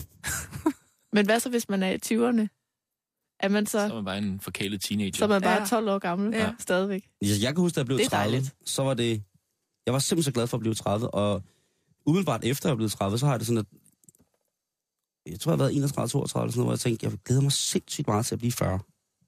[SPEAKER 8] Men hvad så, hvis man er i 20'erne? Er man så er
[SPEAKER 6] man bare en forkælet teenager.
[SPEAKER 8] Så er man bare 12 år gammel, stadigvæk.
[SPEAKER 5] Jeg kan huske, da jeg blev 30,
[SPEAKER 8] dejligt.
[SPEAKER 5] Så var det... Jeg var simpelthen så glad for at blive 30, og umiddelbart efter jeg blev 30, så har jeg det sådan, at... Jeg tror, jeg har været 31, 32, sådan noget, hvor jeg tænkte, jeg glæder mig sindssygt meget til at blive 40.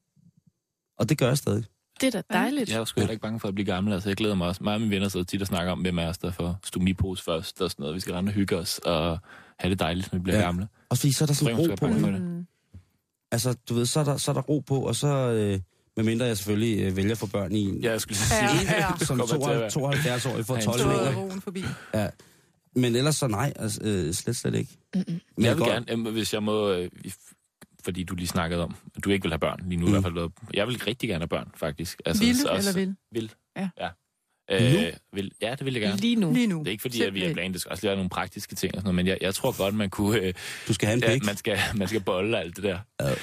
[SPEAKER 5] Og det gør jeg stadig.
[SPEAKER 8] Det er da dejligt.
[SPEAKER 6] Jeg er sgu heller ikke bange for at blive gammel. Altså, jeg glæder mig også. Mig og mine venner sidder tit og snakker om, hvem er os, der får stomipose først og sådan noget. Vi skal rende og hygge os og have det dejligt, når vi bliver gamle.
[SPEAKER 5] Og fordi så er der sådan ro på. Altså, du ved, så er der ro på, og så... medmindre jeg selvfølgelig vælger for børn i...
[SPEAKER 6] Ja, jeg skulle sige.
[SPEAKER 5] Som 72-årig for 12
[SPEAKER 7] forbi.
[SPEAKER 5] Ja. Men ellers så nej, altså, slet ikke.
[SPEAKER 6] Men jeg vil gerne, hvis jeg må... fordi du lige snakkede om, at du ikke vil have børn lige nu i hvert fald. Jeg vil rigtig gerne have børn, faktisk. Altså,
[SPEAKER 7] vil eller vil?
[SPEAKER 6] Vil.
[SPEAKER 7] Ja.
[SPEAKER 6] Vil. Ja, det vil jeg gerne.
[SPEAKER 8] Lige nu.
[SPEAKER 6] Det er ikke fordi, at vi er blandt. Det skal også lige være nogle praktiske ting og sådan noget, men jeg tror godt, man kunne...
[SPEAKER 5] du skal have en pæk.
[SPEAKER 6] Man skal bolle alt det der.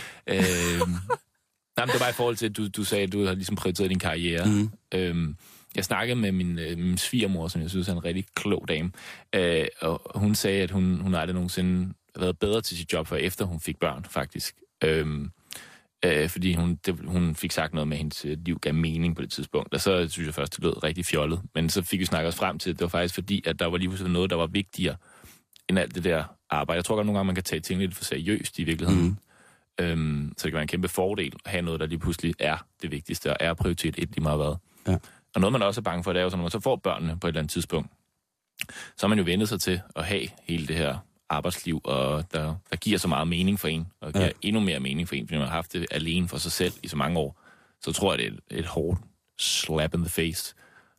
[SPEAKER 6] Nej, men det var i forhold til, at du sagde, at du har ligesom prioriteret din karriere. Jeg snakkede med min svigermor, som jeg synes er en rigtig klog dame, og hun sagde, at hun aldrig nogensinde været bedre til sit job, for efter hun fik børn, faktisk. Fordi hun fik sagt noget med, at hendes liv gav mening på det tidspunkt. Og så synes jeg først, det lød rigtig fjollet. Men så fik vi snakket os frem til, at det var faktisk fordi, at der var lige pludselig noget, der var vigtigere end alt det der arbejde. Jeg tror godt nogle gange, man kan tage ting lidt for seriøst i virkeligheden. Så det kan være en kæmpe fordel at have noget, der lige pludselig er det vigtigste, og er prioritet et lige meget hvad. Ja. Og noget, man også er bange for, det er jo sådan, når man så får børnene på et eller andet tidspunkt, så har man jo vendt sig til at have hele det her arbejdsliv, og der giver så meget mening for en, og giver endnu mere mening for en, fordi man har haft det alene for sig selv i så mange år. Så tror jeg, det er et hårdt slap in the face,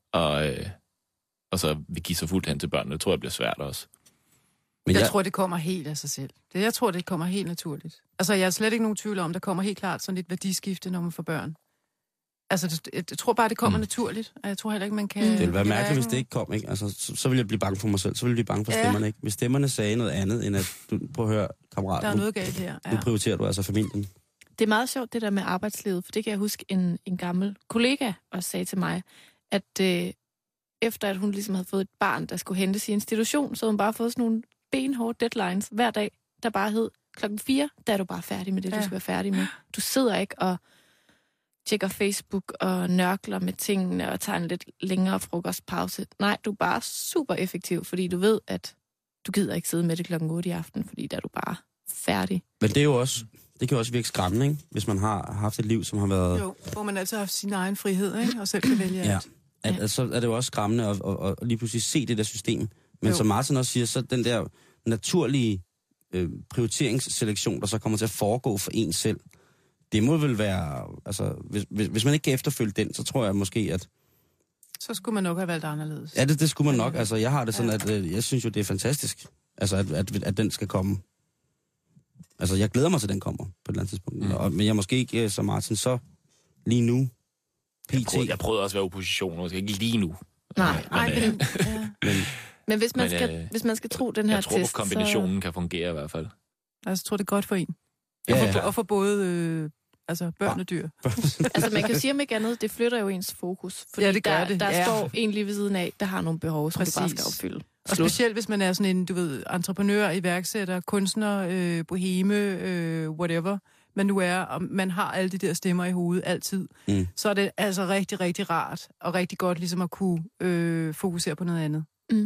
[SPEAKER 6] og så vil give sig fuldt hen til børnene. Det tror jeg bliver svært også.
[SPEAKER 7] Men jeg tror, det kommer helt af sig selv. Jeg tror, det kommer helt naturligt. Altså, jeg er slet ikke nogen tvivl om, der kommer helt klart sådan et værdiskifte, når man får børn. Altså, jeg tror bare, det kommer naturligt, og jeg tror heller ikke, man kan...
[SPEAKER 5] Det ville være mærkeligt, hvis det ikke kom, ikke? Altså, så ville jeg blive bange for mig selv, så ville jeg blive bange for stemmerne, ikke? Hvis stemmerne sagde noget andet, end at du prøver at høre, kammerat,
[SPEAKER 7] der er noget galt her.
[SPEAKER 5] Nu prioriterer du altså familien.
[SPEAKER 8] Det er meget sjovt, det der med arbejdslivet, for det kan jeg huske, en gammel kollega også sagde til mig, at efter at hun ligesom havde fået et barn, der skulle hentes i institution, så havde hun bare fået sådan nogle benhårde deadlines hver dag, der bare hed 4:00, der er du bare færdig med det, du skal være færdig med. Du sidder ikke og tjekker Facebook og nørkler med tingene og tager en lidt længere frokostpause. Nej, du er bare super effektiv, fordi du ved, at du gider ikke sidde med det 8:00 i aften, fordi der er du bare færdig. Men det er jo også...
[SPEAKER 5] Det kan også virke skræmmende, ikke? Hvis man har haft et liv, som har været...
[SPEAKER 7] Jo, hvor man altid har haft sin egen frihed, ikke? Og selv kan vælge alt.
[SPEAKER 5] Så er det jo også skræmmende at lige pludselig se det der system. Men som Martin også siger, så den der naturlige prioriteringsselektion, der så kommer til at foregå for en selv, det må vel være... Altså, hvis man ikke kan efterfølge den, så tror jeg måske, at...
[SPEAKER 7] Så skulle man nok have valgt anderledes.
[SPEAKER 5] Ja, det skulle man nok. Altså, jeg har det sådan, at jeg synes jo, det er fantastisk, altså, at den skal komme. Altså, jeg glæder mig til, at den kommer på et eller andet tidspunkt. Men jeg er måske ikke så Martin, så lige nu.
[SPEAKER 6] Jeg prøvede også at være opposition, måske ikke lige nu.
[SPEAKER 8] Men hvis man skal tro den her test...
[SPEAKER 6] Jeg tror, kombinationen kan fungere i hvert fald.
[SPEAKER 7] Altså, jeg tror, det er godt for en. Og for både børn og dyr.
[SPEAKER 8] Altså, man kan sige om ikke andet, det flytter jo ens fokus. Fordi
[SPEAKER 7] det gør det.
[SPEAKER 8] Der står en lige ved siden af, der har nogle behov, som du bare skal opfylde.
[SPEAKER 7] Og specielt, hvis man er sådan en, entreprenør, iværksætter, kunstner, boheme, whatever, man nu er, og man har alle de der stemmer i hovedet altid, så er det altså rigtig, rigtig rart, og rigtig godt ligesom at kunne fokusere på noget andet.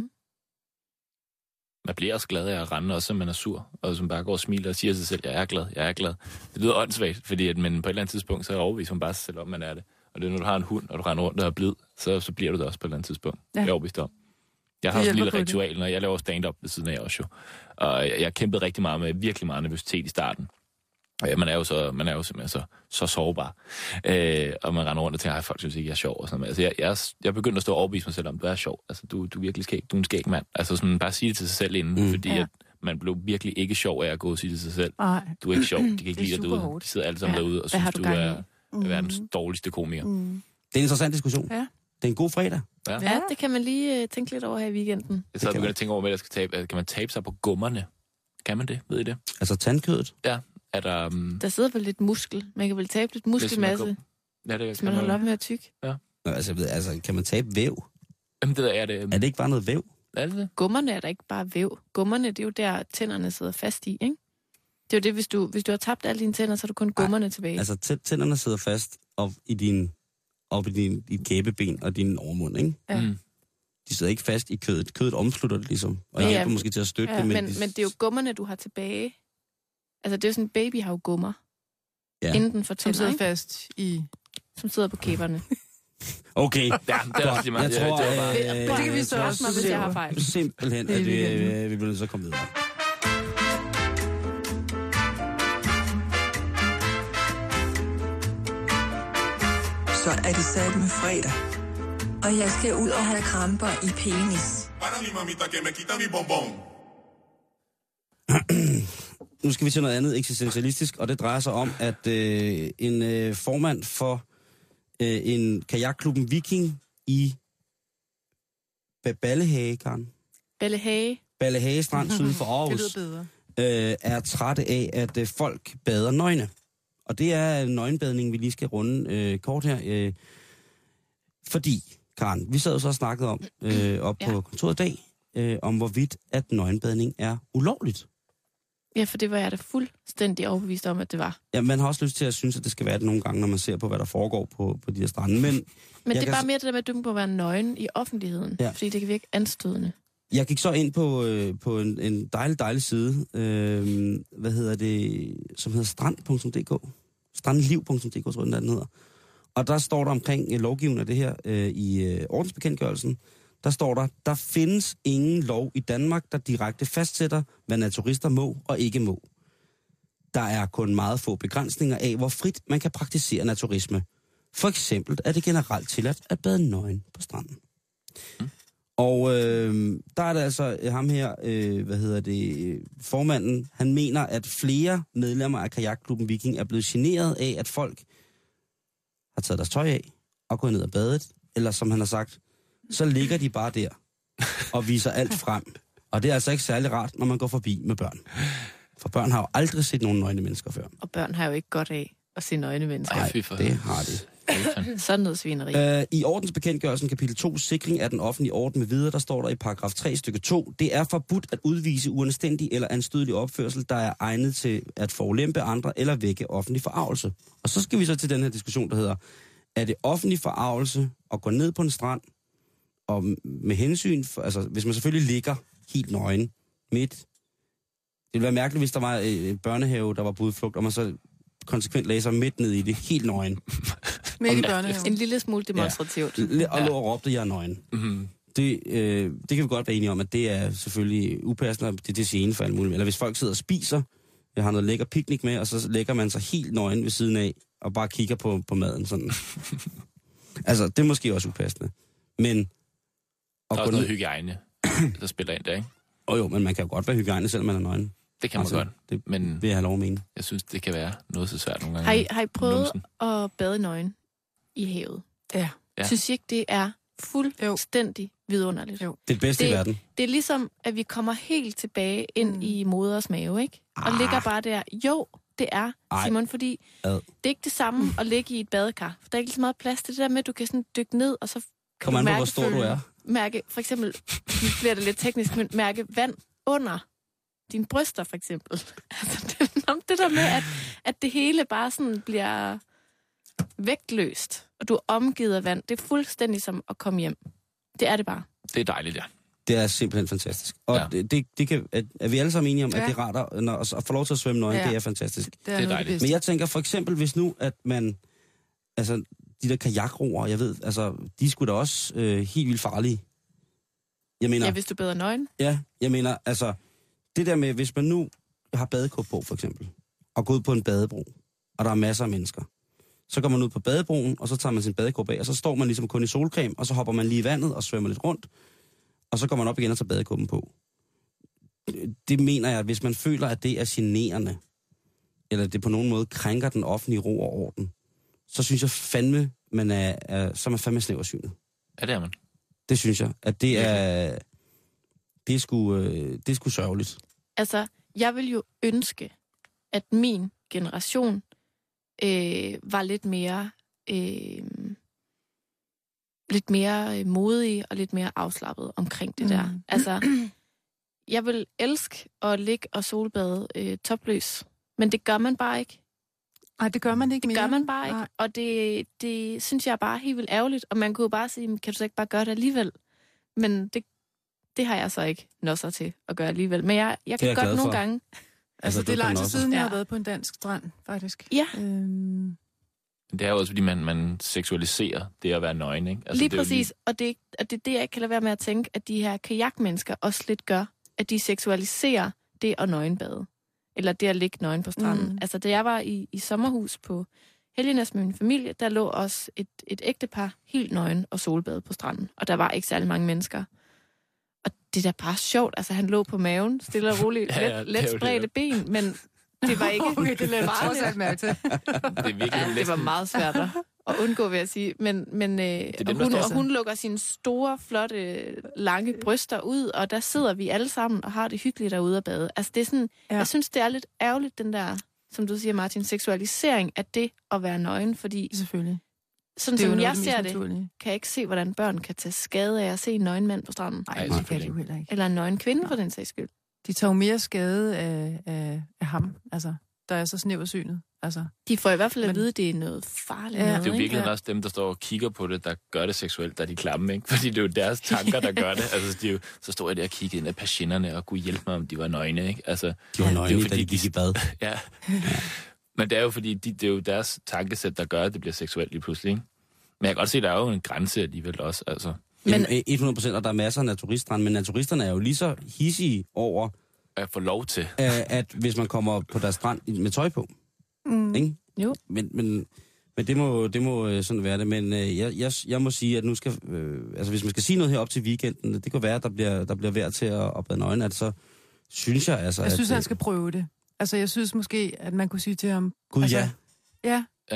[SPEAKER 6] Man bliver også glad af at rende, også som man er sur, og som bare går og smiler og siger sig selv, jeg er glad. Det lyder åndssvagt, fordi men på et eller andet tidspunkt, så overviser man bare sig selv om, man er det. Og det er, når du har en hund, og du render rundt og er blid, så bliver du det også på et eller andet tidspunkt. Ja. Jeg er overbevist om. Jeg har også et lille ritual, når jeg laver stand-up ved siden af også jo. Og jeg kæmpede rigtig meget med virkelig meget nervøsitet i starten. Og man er jo simpelthen så sårbar. Og man render rundt og tænker, folk synes ikke, jeg er sjov. Og sådan noget. Altså, jeg begyndte at stå og overbevise mig selv om, du er sjov. Altså, du er virkelig skæg. Du er en skæg mand. Altså, sådan, bare sige det til sig selv inden, fordi at man blev virkelig ikke sjov af at gå og sige det til sig selv. Du er ikke sjov. De kan ikke lide dig derude. De sidder alle sammen derude og synes, du er verdens dårligste komiker.
[SPEAKER 5] Det er en interessant diskussion. Ja. Det er en god fredag.
[SPEAKER 8] Ja, det kan man lige tænke lidt over her i weekenden.
[SPEAKER 6] Jeg så begyndt at tænke over, hvad der skal tabe. Kan man tabe sig på gummerne? Kan man det? Ved I det?
[SPEAKER 5] Altså tandkødet?
[SPEAKER 6] Ja.
[SPEAKER 8] Der sidder vel lidt muskel. Man kan vel tabe lidt muskelmasse, hvis man holder op med at tykke.
[SPEAKER 6] Ja.
[SPEAKER 5] Altså, kan man tabe væv?
[SPEAKER 6] Jamen, det der er det.
[SPEAKER 5] Er det ikke bare noget væv?
[SPEAKER 6] Er det?
[SPEAKER 8] Gummerne er da ikke bare væv. Gummerne, det er jo der, tænderne sidder fast i, ikke? Det er jo det, hvis du har tabt alle dine tænder, så er du kun gummerne tilbage.
[SPEAKER 5] Altså, tænderne sidder fast op i dit kæbeben og din overmund, ikke?
[SPEAKER 8] Ja.
[SPEAKER 5] De sidder ikke fast i kødet. Kødet omslutter det ligesom. Og hjælper måske til at støtte det.
[SPEAKER 8] Men det er jo gummerne, du har tilbage. Altså, det er jo sådan, en baby har jo gummer. Ja. Inden den får tænder,
[SPEAKER 7] som sidder fast i...
[SPEAKER 8] Som sidder på kæberne.
[SPEAKER 5] Okay.
[SPEAKER 6] Ja, det er også lige meget.
[SPEAKER 5] Jeg tror,
[SPEAKER 8] det kan vi så også mig, hvis jeg har fejl.
[SPEAKER 5] Simpelthen, at vi bliver så komme videre.
[SPEAKER 4] Så er det sat med fredag. Og jeg skal ud og have kramper i penis.
[SPEAKER 5] Nu skal vi til noget andet eksistentialistisk, og det drejer sig om, at en formand for en kajakklubben Viking i Ballehage, Karen? Ballehage Strand, syd for Aarhus, er trætte af, at folk bader nøgne. Og det er nøgenbadning, vi lige skal runde kort her. Fordi, Karen, vi sad jo så og snakkede om op på kontoret i dag, om hvorvidt at nøgenbadning er ulovligt.
[SPEAKER 8] Ja, for det var jeg da fuldstændig overbevist om, at det var.
[SPEAKER 5] Ja, man har også lyst til at synes, at det skal være det nogle gange, når man ser på, hvad der foregår på de her strande. Men
[SPEAKER 8] det er bare mere det der med, at du må være nøgen i offentligheden, fordi det kan virke anstødende.
[SPEAKER 5] Jeg gik så ind på en dejlig side, som hedder strand.dk. Strandliv.dk, tror jeg, den hedder. Og der står der omkring lovgivningen af det her i ordensbekendtgørelsen. Der står der findes ingen lov i Danmark, der direkte fastsætter, hvad naturister må og ikke må. Der er kun meget få begrænsninger af, hvor frit man kan praktisere naturisme. For eksempel er det generelt tilladt at bade nøgen på stranden. Og der er det altså ham her, formanden, han mener, at flere medlemmer af kajakklubben Viking er blevet generet af, at folk har taget deres tøj af og gået ned og badet, eller som han har sagt, så ligger de bare der og viser alt frem. Og det er altså ikke særlig rart, når man går forbi med børn. For børn har jo aldrig set nogen nøgne mennesker før.
[SPEAKER 8] Og børn har jo ikke godt af at se nøgne mennesker.
[SPEAKER 5] Nej, det har de.
[SPEAKER 8] Sådan noget svineri.
[SPEAKER 5] I ordensbekendtgørelsen kapitel 2, sikring af den offentlige orden med videre, der står der i paragraf 3 stykke 2, det er forbudt at udvise uanstændig eller anstødelig opførsel, der er egnet til at forulempe andre eller vække offentlig forargelse. Og så skal vi så til den her diskussion, der hedder, er det offentlig forargelse at gå ned på en strand, og med hensyn, altså hvis man selvfølgelig ligger helt nøgen midt. Det ville være mærkeligt, hvis der var en børnehave, der var på udflugt, og man så konsekvent lagde sig midt ned i det, helt nøgen.
[SPEAKER 7] Midt i børnehaven.
[SPEAKER 8] En lille smule demonstrativt.
[SPEAKER 5] Ja. Og lå og råbte, jeg er nøgen.
[SPEAKER 6] Mm-hmm.
[SPEAKER 5] Det kan vi godt være enige om, at det er selvfølgelig upassende, og det er gene for alt muligt. Eller hvis folk sidder og spiser, jeg har noget lækker piknik med, og så lægger man sig helt nøgen ved siden af, og bare kigger på maden sådan. Altså, det er måske også upassende. Men...
[SPEAKER 6] Der er også noget hygiejne, der spiller ind der, ikke?
[SPEAKER 5] Jo, men man kan jo godt være hygiejne, selvom man er nøgen.
[SPEAKER 6] Det kan man godt.
[SPEAKER 5] Det
[SPEAKER 6] men
[SPEAKER 5] vil jeg have lov at mene.
[SPEAKER 6] Jeg synes, det kan være noget så svært nogle gange.
[SPEAKER 8] Har I prøvet at bade nøgen i havet?
[SPEAKER 7] Ja.
[SPEAKER 8] Synes I ikke, det er fuldstændig vidunderligt?
[SPEAKER 7] Jo.
[SPEAKER 5] Det er det bedste i verden.
[SPEAKER 8] Det er ligesom, at vi kommer helt tilbage ind i moders mave, ikke? Og ligger bare der. Jo, det er, Simon, fordi det er ikke det samme at ligge i et badekar. For der er ikke så meget plads til det der med, at du kan sådan dykke ned, og så kan du mærke,
[SPEAKER 5] hvor stor du er.
[SPEAKER 8] Mærke, for eksempel, nu bliver det lidt teknisk, men mærke vand under dine bryster, for eksempel. Altså, det der med, at det hele bare sådan bliver vægtløst, og du er omgivet af vand, det er fuldstændig som at komme hjem. Det er det bare.
[SPEAKER 6] Det er dejligt, ja.
[SPEAKER 5] Det er simpelthen fantastisk. Og det kan, er vi alle sammen enige om, at det er rart at få lov til at svømme nøgen, det er fantastisk.
[SPEAKER 6] Det er dejligt.
[SPEAKER 5] Men jeg tænker for eksempel, hvis nu, at man... Altså, de der kajakroer, jeg ved, altså, de er sgu da også helt vildt farlige. Jeg mener...
[SPEAKER 8] Ja, hvis du bader nøgen.
[SPEAKER 5] Ja, jeg mener, altså... Det der med, hvis man nu har badekåb på, for eksempel, og går ud på en badebro, og der er masser af mennesker, så går man ud på badebroen, og så tager man sin badekåb af, og så står man ligesom kun i solcreme, og så hopper man lige i vandet og svømmer lidt rundt, og så går man op igen og tager badekåben på. Det mener jeg, at hvis man føler, at det er generende, eller det på nogen måde krænker den offentlige ro og orden, så synes jeg fandme, så er man fandme snæversynet.
[SPEAKER 6] Ja, det er man.
[SPEAKER 5] Det synes jeg, at det er... Det er sgu sørgeligt.
[SPEAKER 8] Altså, jeg vil jo ønske, at min generation var lidt mere modig og lidt mere afslappet omkring det der. Altså, jeg vil elske at ligge og solbade topløs, men det gør man bare ikke.
[SPEAKER 7] Nej, det gør man ikke mere.
[SPEAKER 8] Det gør man bare ikke,
[SPEAKER 7] Nej.
[SPEAKER 8] og det synes jeg er bare helt vildt ærgerligt, og man kunne jo bare sige, kan du så ikke bare gøre det alligevel? Men det har jeg så ikke nosser til at gøre alligevel. Men jeg kan godt nogle gange...
[SPEAKER 7] Altså, det er lang tid siden, jeg har været på en dansk strand, faktisk.
[SPEAKER 8] Ja.
[SPEAKER 6] Det er jo også, fordi man seksualiserer det at være nøgen, ikke? Altså,
[SPEAKER 8] lige præcis, og det er det, jeg ikke kan lade være med at tænke, at de her kajakmennesker også lidt gør, at de seksualiserer det at nøgenbade. Eller det at ligge nøgen på stranden. Altså, da jeg var i sommerhus på Helgenæs med min familie, der lå også et ægtepar helt nøgen og solbade på stranden. Og der var ikke særlig mange mennesker. Og det er da bare sjovt. Altså, han lå på maven, stille og roligt, let spredte ben, men det var ikke...
[SPEAKER 7] Okay, det lader jeg også mærke til.
[SPEAKER 8] Det var meget svært at undgå, vil jeg sige. Men hun lukker sine store, flotte, lange bryster ud, og der sidder vi alle sammen og har det hyggeligt derude at bade. Altså, det er sådan... Ja. Jeg synes, det er lidt ærgerligt, den der, som du siger, Martin, seksualisering af det at være nøgen, fordi...
[SPEAKER 7] Selvfølgelig.
[SPEAKER 8] Sådan som jeg ser det, kan jeg ikke se, hvordan børn kan tage skade af at se en nøgen mand på stranden.
[SPEAKER 7] Nej, det kan de jo heller ikke.
[SPEAKER 8] Eller en nøgen kvinde, for den sags skyld.
[SPEAKER 7] De tager jo mere skade af ham, altså, der er så snæversynet. Altså. De
[SPEAKER 8] får i hvert fald at vide, at det er noget farligt.
[SPEAKER 6] Ja. Det er jo virkelig også dem, der står og kigger på det, der gør det seksuelt, der er de klamme, ikke? Fordi det er jo deres tanker, der gør det. Altså, så står jeg der og kigger ind af patienterne og kunne hjælpe mig, om de var nøgne, ikke? Altså,
[SPEAKER 5] de var nøgne, da de gik i bad.
[SPEAKER 6] Ja. Men det er jo fordi, det er jo deres tankesæt, der gør, at det bliver seksuelt lige pludselig, ikke? Men jeg kan godt se, at der er jo en grænse alligevel også, altså.
[SPEAKER 5] Men 100%, og der er masser af naturiststrand, men naturisterne er jo lige så hissige over...
[SPEAKER 6] At få lov til.
[SPEAKER 5] At hvis man kommer på deres strand med tøj på. Ikke?
[SPEAKER 8] Jo.
[SPEAKER 5] Men det må sådan være det. Men jeg må sige, at nu skal... altså, hvis man skal sige noget her op til weekenden, det kan være, at der bliver værd til at bade nøgen, at så synes jeg altså...
[SPEAKER 7] Jeg synes, han skal prøve det. Altså, jeg synes måske, at man kunne sige til ham...
[SPEAKER 5] Gud,
[SPEAKER 7] altså,
[SPEAKER 5] ja.
[SPEAKER 7] Ja.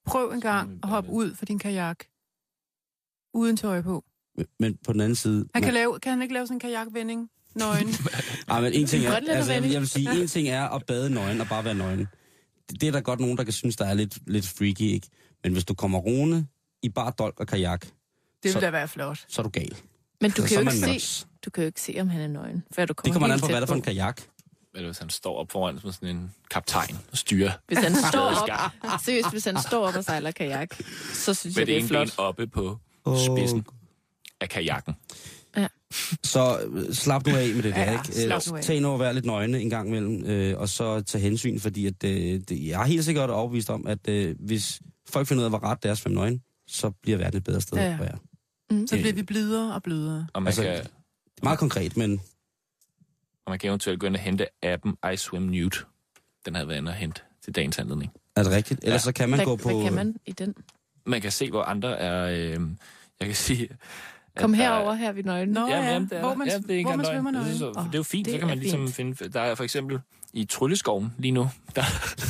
[SPEAKER 7] Prøv en gang at hoppe ud for din kajak. Uden tøj på.
[SPEAKER 5] Men på den anden side...
[SPEAKER 7] Kan han ikke lave sådan en kajakvending? Nøgen.
[SPEAKER 5] Ej, men en ting er... Altså, jeg vil sige, en ting er at bade nøgen og bare være nøgen. Det er der godt nogen, der kan synes, der er lidt freaky, ikke? Men hvis du kommer roende i bare dolk og kajak...
[SPEAKER 7] Det vil da være flot.
[SPEAKER 5] Så er du gal.
[SPEAKER 8] Men du kan jo ikke se, om han er nøgen. Det
[SPEAKER 5] kommer an på, hvad der for en kajak.
[SPEAKER 6] Eller hvis han står op foran som sådan en kaptajn og styrer.
[SPEAKER 8] Hvis han står op, seriøst, hvis han står op og sejler kajak, så synes jeg, det er flot.
[SPEAKER 6] Med en ben oppe på spidsen af kajakken.
[SPEAKER 5] Ja. Så slap nu af med det der, ikke? Tag nu at være lidt nøgne en gang imellem, og så tage hensyn, fordi at, jeg er helt sikkert overbevist om, at hvis folk finder ud af, hvor ret det er at svømme nøgen, så bliver verden et bedre sted at være.
[SPEAKER 7] Så bliver vi blidere og blødere.
[SPEAKER 6] Og man kan,
[SPEAKER 5] meget konkret, men...
[SPEAKER 6] Og man kan eventuelt gå ind og hente appen I Swim Nude. Den har været inde og hente til dagens anledning.
[SPEAKER 5] Er det rigtigt? Ellers så kan man gå på...
[SPEAKER 8] Hvad kan man i den?
[SPEAKER 6] Man kan se, hvor andre er... jeg kan sige...
[SPEAKER 8] Kom herover her ved nøglen.
[SPEAKER 7] Hvor man svømmer nøglen.
[SPEAKER 6] Det er jo fint, så kan man ligesom finde... Der er for eksempel i Trylleskoven lige nu. Der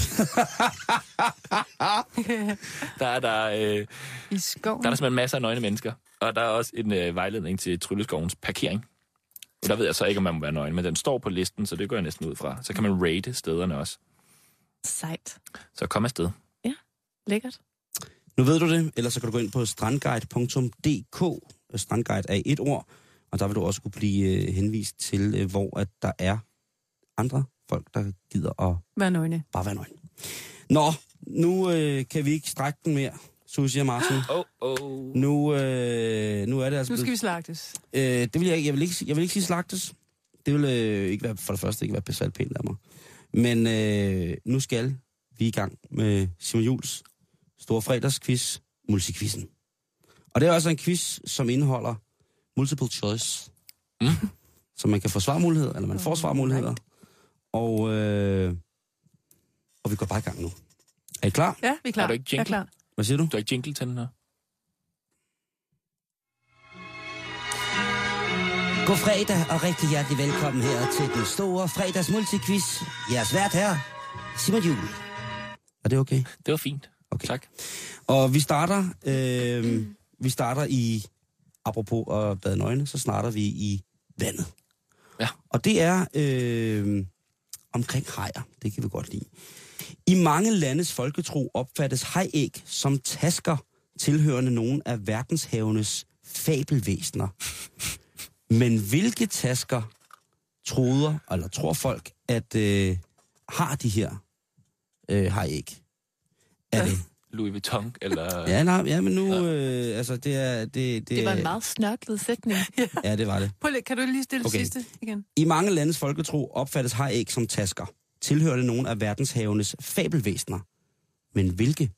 [SPEAKER 7] I skoven?
[SPEAKER 6] Der er simpelthen masser af nøgne mennesker. Og der er også en vejledning til Trylleskovens parkering. Der ved jeg så ikke, om man må være nøgen, men den står på listen, så det går jeg næsten ud fra. Så kan man rate stederne også.
[SPEAKER 8] Sejt.
[SPEAKER 6] Så kom afsted.
[SPEAKER 8] Ja, lækkert.
[SPEAKER 5] Nu ved du det, ellers så kan du gå ind på strandguide.dk. Strandguide er et ord, og der vil du også kunne blive henvist til, hvor at der er andre folk, der gider at
[SPEAKER 7] være nøgne.
[SPEAKER 5] Bare være nøgne. Nå, nu kan vi ikke strække den mere, Susie og Martin. Nu er det altså...
[SPEAKER 7] Nu skal vi slagtes.
[SPEAKER 5] Det vil jeg vil ikke sige slagtes. Det vil ikke være, for det første ikke være besværligt pænt af mig. Men nu skal vi i gang med Simon Juhls store fredagsquiz, Multiquizzen. Og det er også en quiz, som indeholder multiple choice. Så man kan få svarmuligheder, eller man får svarmuligheder. Og vi går bare i gang nu. Er I klar?
[SPEAKER 7] Ja, vi er klar.
[SPEAKER 6] Er du ikke jingle?
[SPEAKER 7] Klar.
[SPEAKER 5] Hvad siger du?
[SPEAKER 6] Du er ikke jingle til den her?
[SPEAKER 1] God fredag, og rigtig hjertelig velkommen her til den store fredags multiquiz. Jeres vært her, Simon Juhl.
[SPEAKER 5] Er det okay?
[SPEAKER 6] Det var fint.
[SPEAKER 5] Okay.
[SPEAKER 6] Tak.
[SPEAKER 5] Og vi starter i, apropos at bade nøgne, så starter vi i vandet.
[SPEAKER 6] Ja.
[SPEAKER 5] Og det er omkring hajer. Det kan vi godt lide. I mange landes folketro opfattes hajæg som tasker, tilhørende nogle af verdenshavenes fabelvæsener. Men hvilke tasker tror folk, at har de her hajæg? Er det
[SPEAKER 6] Louis Vuitton, eller...
[SPEAKER 5] Ja, men nu... altså, det er...
[SPEAKER 8] Det var en meget snørklet sætning.
[SPEAKER 5] Ja, det var det.
[SPEAKER 7] Kan du lige stille det sidste igen?
[SPEAKER 5] I mange landes folketro opfattes hajæg som tasker, tilhørende nogle af verdenshavenes fabelvæsener. Men hvilke?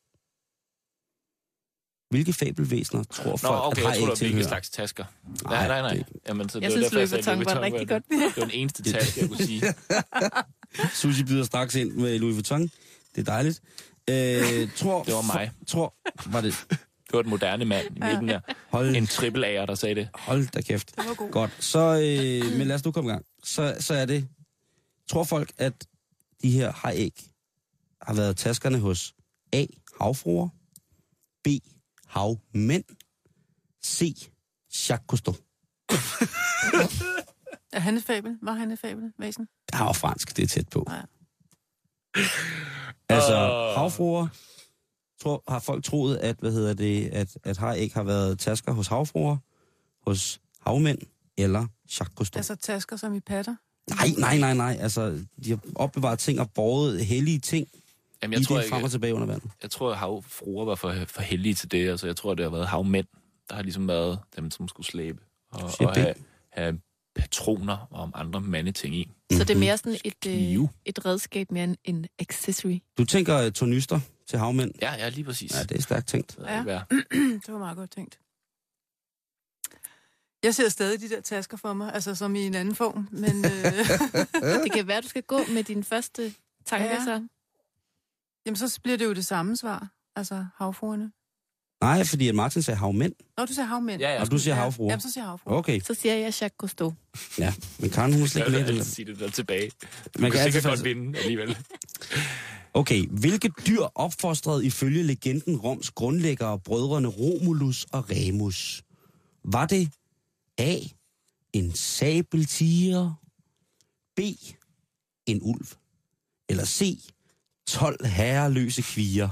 [SPEAKER 5] Hvilke fabelvæsener tror folk, at hajæg tilhører?
[SPEAKER 6] Jeg tror, det er hvilke slags tasker. Nej. Jamen, så
[SPEAKER 8] jeg synes, Louis Vuitton var rigtig godt.
[SPEAKER 6] Det var den eneste taske, jeg kunne sige.
[SPEAKER 5] Sushi byder straks ind med Louis Vuitton. Det er dejligt. Det
[SPEAKER 6] var mig.
[SPEAKER 5] Var det?
[SPEAKER 6] Det var den moderne mand i midten der. En triple A'er, der sagde det.
[SPEAKER 5] Hold da kæft.
[SPEAKER 7] Det var god.
[SPEAKER 5] Godt. Så, men lad os nu komme i gang. Så er det... Tror folk, at de her hajæg har været taskerne hos A. Havfruer, B. Havmænd, C. Jacques Cousteau?
[SPEAKER 7] Er han et fabel? Var han et fabelvæsen?
[SPEAKER 5] Han var fransk, det er tæt på.
[SPEAKER 7] Ja.
[SPEAKER 5] Altså, havfruer, har folk troet, at hajæg har været tasker hos havfruer, hos havmænd eller Jacques Cousteau?
[SPEAKER 7] Altså tasker som i patter?
[SPEAKER 5] Nej. Altså, de har opbevaret ting og båret hellige ting.
[SPEAKER 6] Jamen, jeg tror ikke,
[SPEAKER 5] frem og tilbage under vandet.
[SPEAKER 6] Jeg tror, at havfruer var for heldige til det. Altså, jeg tror, det har været havmænd, der har ligesom været dem, som skulle slæbe og have patroner og om andre mandeting i.
[SPEAKER 8] Så det er mere sådan et redskab mere end en accessory.
[SPEAKER 5] Du tænker tornyster til havmænd?
[SPEAKER 6] Ja, lige præcis.
[SPEAKER 5] Ja, det er stærkt tænkt.
[SPEAKER 7] Ja. Det var meget godt tænkt. Jeg ser stadig de der tasker for mig, altså som i en anden form, men...
[SPEAKER 8] Det kan være, du skal gå med din første tanke, så...
[SPEAKER 7] Jamen, så bliver det jo det samme svar, altså havfruerne.
[SPEAKER 5] Nej, fordi at Martin sagde havmænd.
[SPEAKER 7] Nå, du siger havmænd.
[SPEAKER 5] Ja, og du siger havfruer.
[SPEAKER 7] Jamen, så siger havfruer.
[SPEAKER 5] Okay.
[SPEAKER 8] Så siger jeg Jacques Cousteau.
[SPEAKER 5] Ja, men Karen, hun må slet ikke med det.
[SPEAKER 6] Jeg sige det der tilbage.
[SPEAKER 5] Man kan
[SPEAKER 6] sikkert godt vinde alligevel.
[SPEAKER 5] Okay, hvilke dyr opfostrede ifølge legenden Roms grundlæggere brødrene Romulus og Remus? Var det A, en sabeltiger, B, en ulv, eller C, 12 herreløse kvier?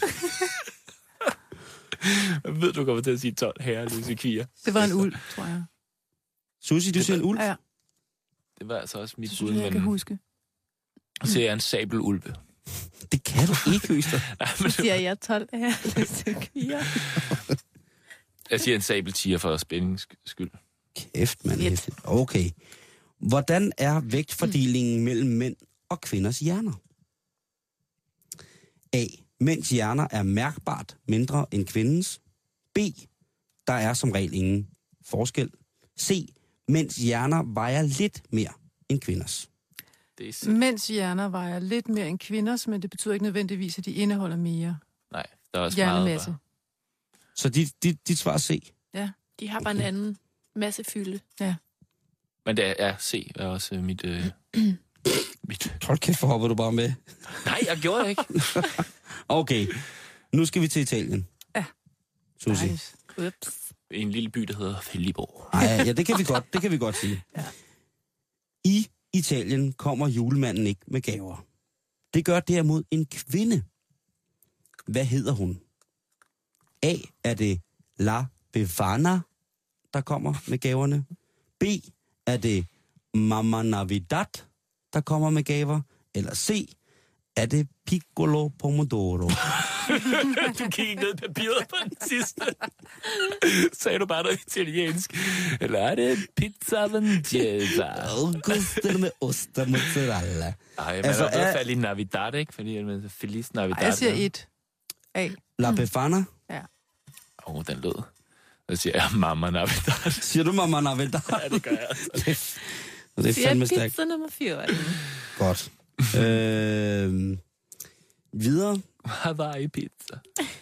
[SPEAKER 6] Jeg ved, du kommer til at sige 12 herreløse kvier.
[SPEAKER 7] Det var en ulv, tror jeg.
[SPEAKER 5] Susie, du siger en ulv?
[SPEAKER 7] Ja.
[SPEAKER 6] Det var altså også mit
[SPEAKER 7] Det
[SPEAKER 6] bud,
[SPEAKER 7] synes jeg kan huske.
[SPEAKER 6] Så siger jeg en sabelulve.
[SPEAKER 5] Det kan du ikke, Øster.
[SPEAKER 8] Så siger jeg 12 herreløse kvier.
[SPEAKER 6] Jeg siger en sabeltiger for spændings skyld.
[SPEAKER 5] Kæft, mand. Hæftigt. Okay. Hvordan er vægtfordelingen mellem mænd og kvinders hjerner? A. Mænds hjerner er mærkbart mindre end kvindens. B. Der er som regel ingen forskel. C. Mænds hjerner vejer lidt mere end kvinders.
[SPEAKER 7] Mænds hjerner vejer lidt mere end kvinders, men det betyder ikke nødvendigvis, at de indeholder mere.
[SPEAKER 6] Nej, der er også
[SPEAKER 7] hjernemasse.
[SPEAKER 6] meget.
[SPEAKER 5] Så dit svar er C?
[SPEAKER 7] Ja.
[SPEAKER 8] De har bare en anden masse fylde.
[SPEAKER 7] Ja.
[SPEAKER 6] Men det er C, er også mit...
[SPEAKER 5] Hold kæft, for hopper du bare med.
[SPEAKER 6] Nej, jeg gjorde det ikke.
[SPEAKER 5] Okay, nu skal vi til Italien.
[SPEAKER 7] Ja.
[SPEAKER 5] Susie.
[SPEAKER 7] Nice.
[SPEAKER 8] Ups.
[SPEAKER 6] En lille by, der hedder Filippo.
[SPEAKER 5] Ja, det kan vi godt sige. Ja. I Italien kommer julemanden ikke med gaver. Det gør derimod en kvinde. Hvad hedder hun? A. Er det La Befana, der kommer med gaverne? B. Er det Mamma Navidad, der kommer med gaver? Eller C. Er det Piccolo Pomodoro?
[SPEAKER 6] Du kiggede ned i papiret på den sidste. Sagde du bare noget italiensk? Eller er det pizza vendetta?
[SPEAKER 5] Augusto med ost og mozzarella.
[SPEAKER 6] Ej, men altså, der er faldet i Navidad, ikke? Fordi man Feliz Navidad.
[SPEAKER 7] Jeg siger 1. A.
[SPEAKER 5] La Befana?
[SPEAKER 7] Ja.
[SPEAKER 6] Den lød. Så siger jeg Mamma Navidad.
[SPEAKER 5] Siger du Mamma Navidad?
[SPEAKER 6] Ja, det gør jeg altså.
[SPEAKER 5] Det er fandme stærkt.
[SPEAKER 8] Pizza nummer 14.
[SPEAKER 5] Godt. Videre.
[SPEAKER 6] Hawaii pizza.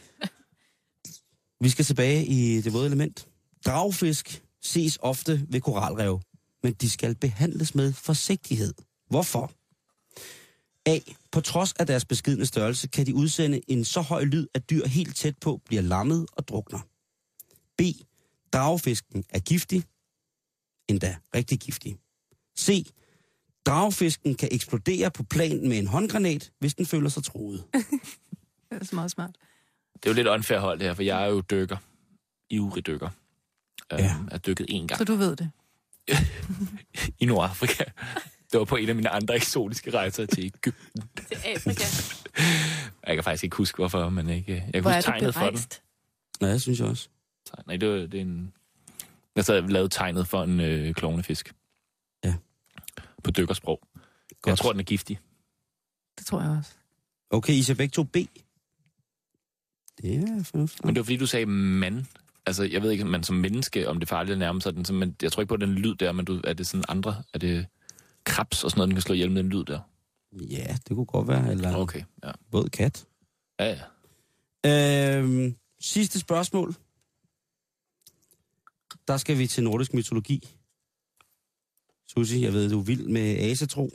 [SPEAKER 5] Vi skal tilbage i det våde element. Dragfisk ses ofte ved koralrev, men de skal behandles med forsigtighed. Hvorfor? A. På trods af deres beskedne størrelse, kan de udsende en så høj lyd, at dyr helt tæt på bliver lammet og drukner. B. Dragfisken er giftig, endda rigtig giftig. C. Dragfisken kan eksplodere på plan med en håndgranat, hvis den føler sig truet.
[SPEAKER 7] Det er så meget smart.
[SPEAKER 6] Det er jo lidt unfair hold det her, for jeg er jo dykker. Ivrig dykker. Jeg har dykket 1 gang.
[SPEAKER 7] Så du ved det?
[SPEAKER 6] I Nordafrika. Det var på en af mine andre eksotiske rejser til Egypten.
[SPEAKER 8] Til Afrika.
[SPEAKER 6] Jeg kan faktisk ikke huske, hvorfor man ikke... Jeg kan huske tegnet for den.
[SPEAKER 5] Ja, jeg synes jeg også.
[SPEAKER 6] Nej, det er en... Jeg sad og lavede tegnet for en klovnefisk.
[SPEAKER 5] Ja.
[SPEAKER 6] På dykkersprog. Godt. Jeg tror, den er giftig.
[SPEAKER 7] Det tror jeg også.
[SPEAKER 5] Okay, I ser begge to B. Det er fornuftigt.
[SPEAKER 6] Men det var fordi, du sagde mand. Altså, jeg ved ikke, om man som menneske, om det er farligt at nærme sig den. Men jeg tror ikke på, den lyd der, men er det sådan andre... Er det krebs og sådan noget, den kan slå ihjel med den lyd der?
[SPEAKER 5] Ja, det kunne godt være. Eller
[SPEAKER 6] okay, ja.
[SPEAKER 5] Både kat.
[SPEAKER 6] Ja, ja.
[SPEAKER 5] Sidste spørgsmål. Der skal vi til nordisk mytologi. Susie, jeg ved, du er vild med asetro.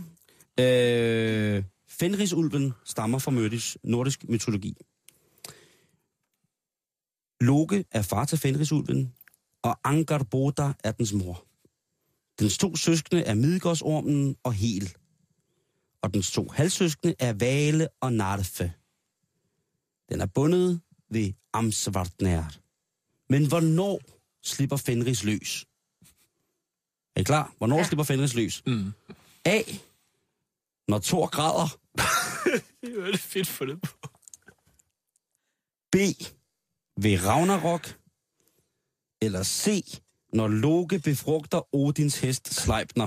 [SPEAKER 5] Fenrisulven stammer fra nordisk mytologi. Loke er far til Fenrisulven, og Angerboda er dens mor. Dens 2 søskende er Midgårdsormen og Hel. Og dens 2 halvsøskende er Vale og Narfe. Den er bundet ved Amsvartnær. Men hvornår slipper Fenris løs? Er I klar? Hvornår slipper Fenris løs? A. Når Thor græder.
[SPEAKER 6] Det er fedt for det på.
[SPEAKER 5] B. Ved Ragnarok. Eller C. Når Loke befrugter Odins hest Sleipner.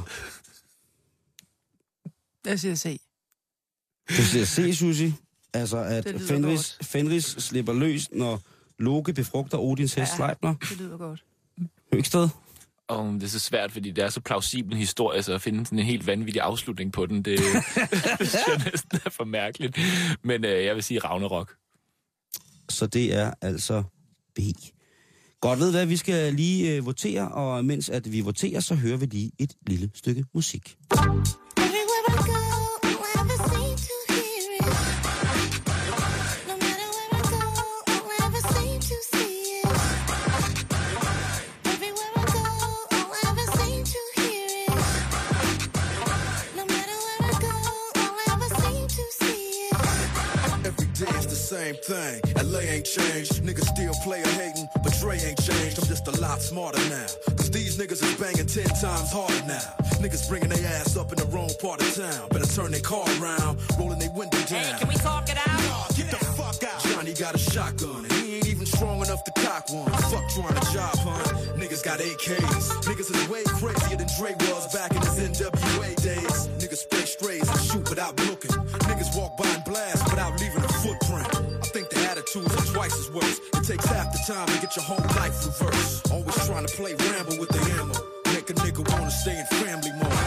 [SPEAKER 7] Jeg siger C.
[SPEAKER 5] Du siger C, Susie? Altså, at Fenris slipper løs, når Loke befrugter Odins hest Sleipner?
[SPEAKER 7] Det lyder godt.
[SPEAKER 5] Høgsted?
[SPEAKER 6] Det er så svært, fordi det er så plausibel en historie, så at finde sådan en helt vanvittig afslutning på den, det synes jeg næsten er for mærkeligt. Men jeg vil sige Ragnarok. Så
[SPEAKER 5] det er altså B. Godt, ved hvad, vi skal lige votere, og mens at vi voterer, så hører vi lige et lille stykke musik.
[SPEAKER 9] Everywhere I go, I never seem to hear it. same thing. LA ain't changed. Niggas still player hating, but Dre ain't changed. I'm just a lot smarter now. Cause these niggas is banging 10 times harder now. Niggas bringing their ass up in the wrong part of town. Better turn their car around, rolling their window down.
[SPEAKER 10] Hey, can we talk it out?
[SPEAKER 9] Nah, get the fuck out. Johnny got a shotgun and he ain't even strong enough to cock one. Fuck trying to job hunt. Niggas got AKs. Niggas is way crazier than Dre was back in his NWA days. Niggas spray strays and shoot without looking. Niggas walk by and blast without leaving a footprint. I think the attitudes are twice as worse. It takes half the time to get your whole life reversed. Always trying to play Rambo with the ammo. Make a nigga wanna stay in family mode.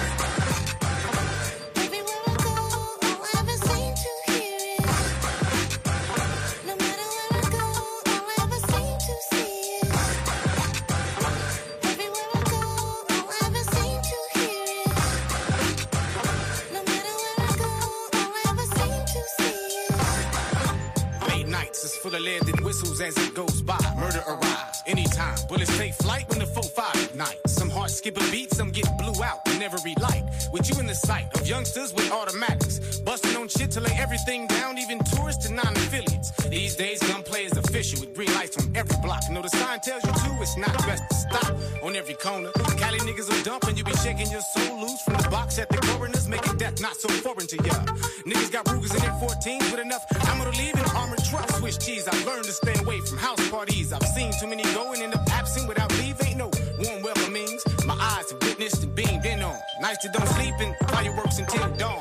[SPEAKER 11] Full of lead that whistles as it goes by. Murder arrives anytime. Bullets take flight when the 4-5 ignite. Some hearts skip a beat, some get blew out in every light. With you in the sight of youngsters with automatics, busting on shit to lay everything down, even tourists and non-affiliates. These days, gunplay is official with green lights on every block. You know the sign tells you to, it's not best to stop on every corner. Cali niggas will dump and you be shaking your soul loose from the box at the coroners, making death not so foreign to ya. Niggas got Rugers and M14s with enough ammo to leave in armored trucks. Swiss cheese, I've learned to stay away from house parties. I've seen too many go and end up absent without leave. Ain't no warm welcomings. My eyes have witnessed and beamed in on. Nights that don't sleep and fireworks until dawn.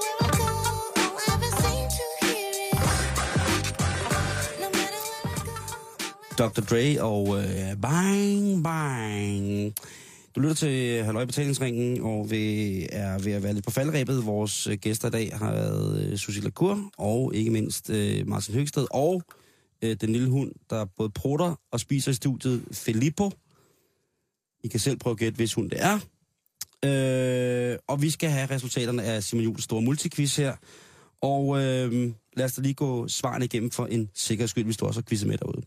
[SPEAKER 5] Dr. Dre og Bang Bang. Du lytter til Halløj Betalingsringen, og vi er ved at være lidt på faldrebet. Vores gæster i dag har været Susie Lacour, og ikke mindst Martin Høgsted, og den lille hund, der både prutter og spiser i studiet, Filippo. I kan selv prøve at gætte, hvis hund det er. Og vi skal have resultaterne af Simon Juhls store multiquiz her. Og lad os da lige gå svarene igennem for en sikkerheds skyld, hvis du også har quizzet med derude.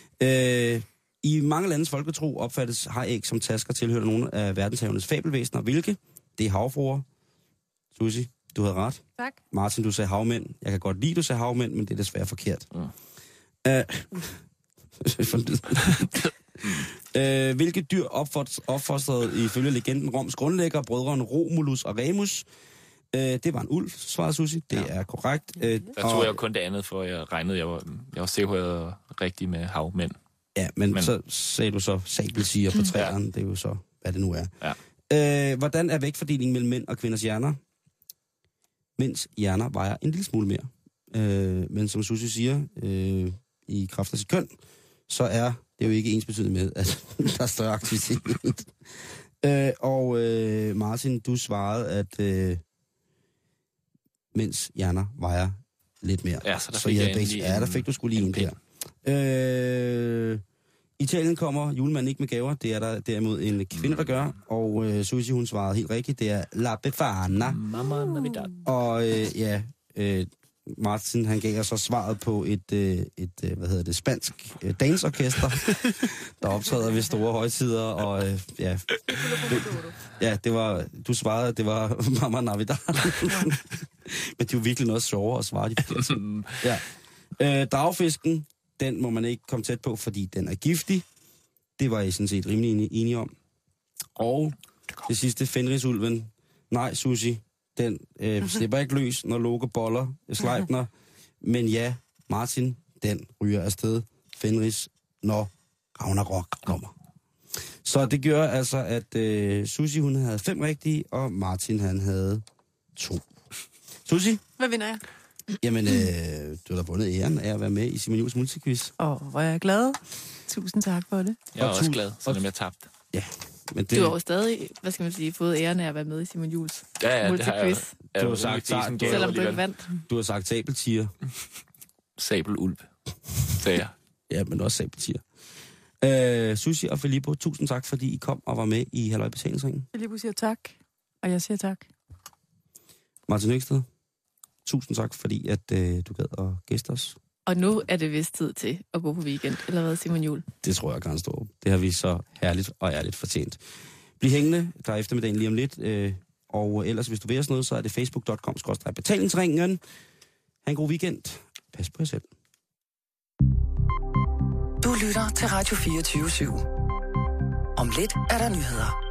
[SPEAKER 5] I mange landes folketro opfattes haræg som tasker tilhører nogle af verdenshavenes fabelvæsener. Hvilke? Det er havfruer. Susie, du havde ret.
[SPEAKER 7] Tak.
[SPEAKER 5] Martin, du sagde havmænd. Jeg kan godt lide, du sagde havmænd, men det er desværre forkert. Hvilke dyr opfostrede ifølge legenden Roms grundlægger, brødrene Romulus og Remus? Det var en ulv, svarede Susie. Det er korrekt.
[SPEAKER 6] Der tog jeg kun det andet, for jeg regnede, jeg var sikker på, at jeg havde rigtigt med havmænd.
[SPEAKER 5] Ja, men så sagde du så sabelsiger på træerne. Ja. Det er jo så, hvad det nu er. Ja. Hvordan er vægtfordelingen mellem mænd og kvinders hjerner? Mænds hjerner vejer en lille smule mere. Men som Susie siger, i kraft af sit køn, så er det jo ikke ensbetydende med, at der er større aktivitet. Og Martin, du svarede, at mænds hjerner vejer lidt mere.
[SPEAKER 6] Ja, så
[SPEAKER 5] der fik du sgu lige en der. Italien kommer julemanden ikke med gaver. Det er der derimod en kvinde, der gør. Og Susie, hun svarede helt rigtigt. Det er La Befana.
[SPEAKER 6] Mamma Navidad.
[SPEAKER 5] Og Martin, han gav så svaret på et spansk dansorkester, der optræder ved store højtider. Og det var, du svarede, at det var Mamma Navidad. Men det er jo virkelig noget sjovere at svare de forkerte. Ja. Dragfisken, den må man ikke komme tæt på, fordi den er giftig. Det var I sådan set rimelig enige om. Og det sidste, Fenrisulven. Nej, Susie, den slipper ikke løs, når Loke boller Sleipner. Men ja, Martin, den ryger afsted. Fenris, når Ragnarok kommer. Så det gør altså, at Susie, hun havde 5 rigtige, og Martin, han havde 2. Susie?
[SPEAKER 7] Hvad vinder jeg?
[SPEAKER 5] Jamen, du har da vundet æren af at være med i Simon Juhls multiquiz.
[SPEAKER 7] Hvor er jeg glad. Tusind tak for det.
[SPEAKER 6] Jeg er også glad, selvom jeg tabte.
[SPEAKER 5] Ja. Men det...
[SPEAKER 8] Du har jo stadig, hvad skal man sige, fået æren af at være med i Simon Juhls multiquiz.
[SPEAKER 5] Du har sagt,
[SPEAKER 8] selvom du ikke vandt.
[SPEAKER 5] Du har sagt sabeltiger.
[SPEAKER 6] Sabelulv, sagde jeg.
[SPEAKER 5] Ja, men også sabeltiger. Susie og Filippo, tusind tak, fordi I kom og var med i Halløj Betalingsringen.
[SPEAKER 7] Filippo siger tak, og jeg siger tak.
[SPEAKER 5] Martin Høgsted, tusind tak, fordi at du gad at gæste os.
[SPEAKER 8] Og nu er det vist tid til at gå på weekend, eller hvad, Simon Juhl?
[SPEAKER 5] Det tror jeg, kan stå. Det har vi så herligt og ærligt fortjent. Bliv hængende, der er eftermiddagen lige om lidt. Og ellers, hvis du vil os noget, så er det facebook.com/betalingsringen. Ha' en god weekend. Pas på jer selv.
[SPEAKER 3] Du lytter til Radio 24/7. Om lidt er der nyheder.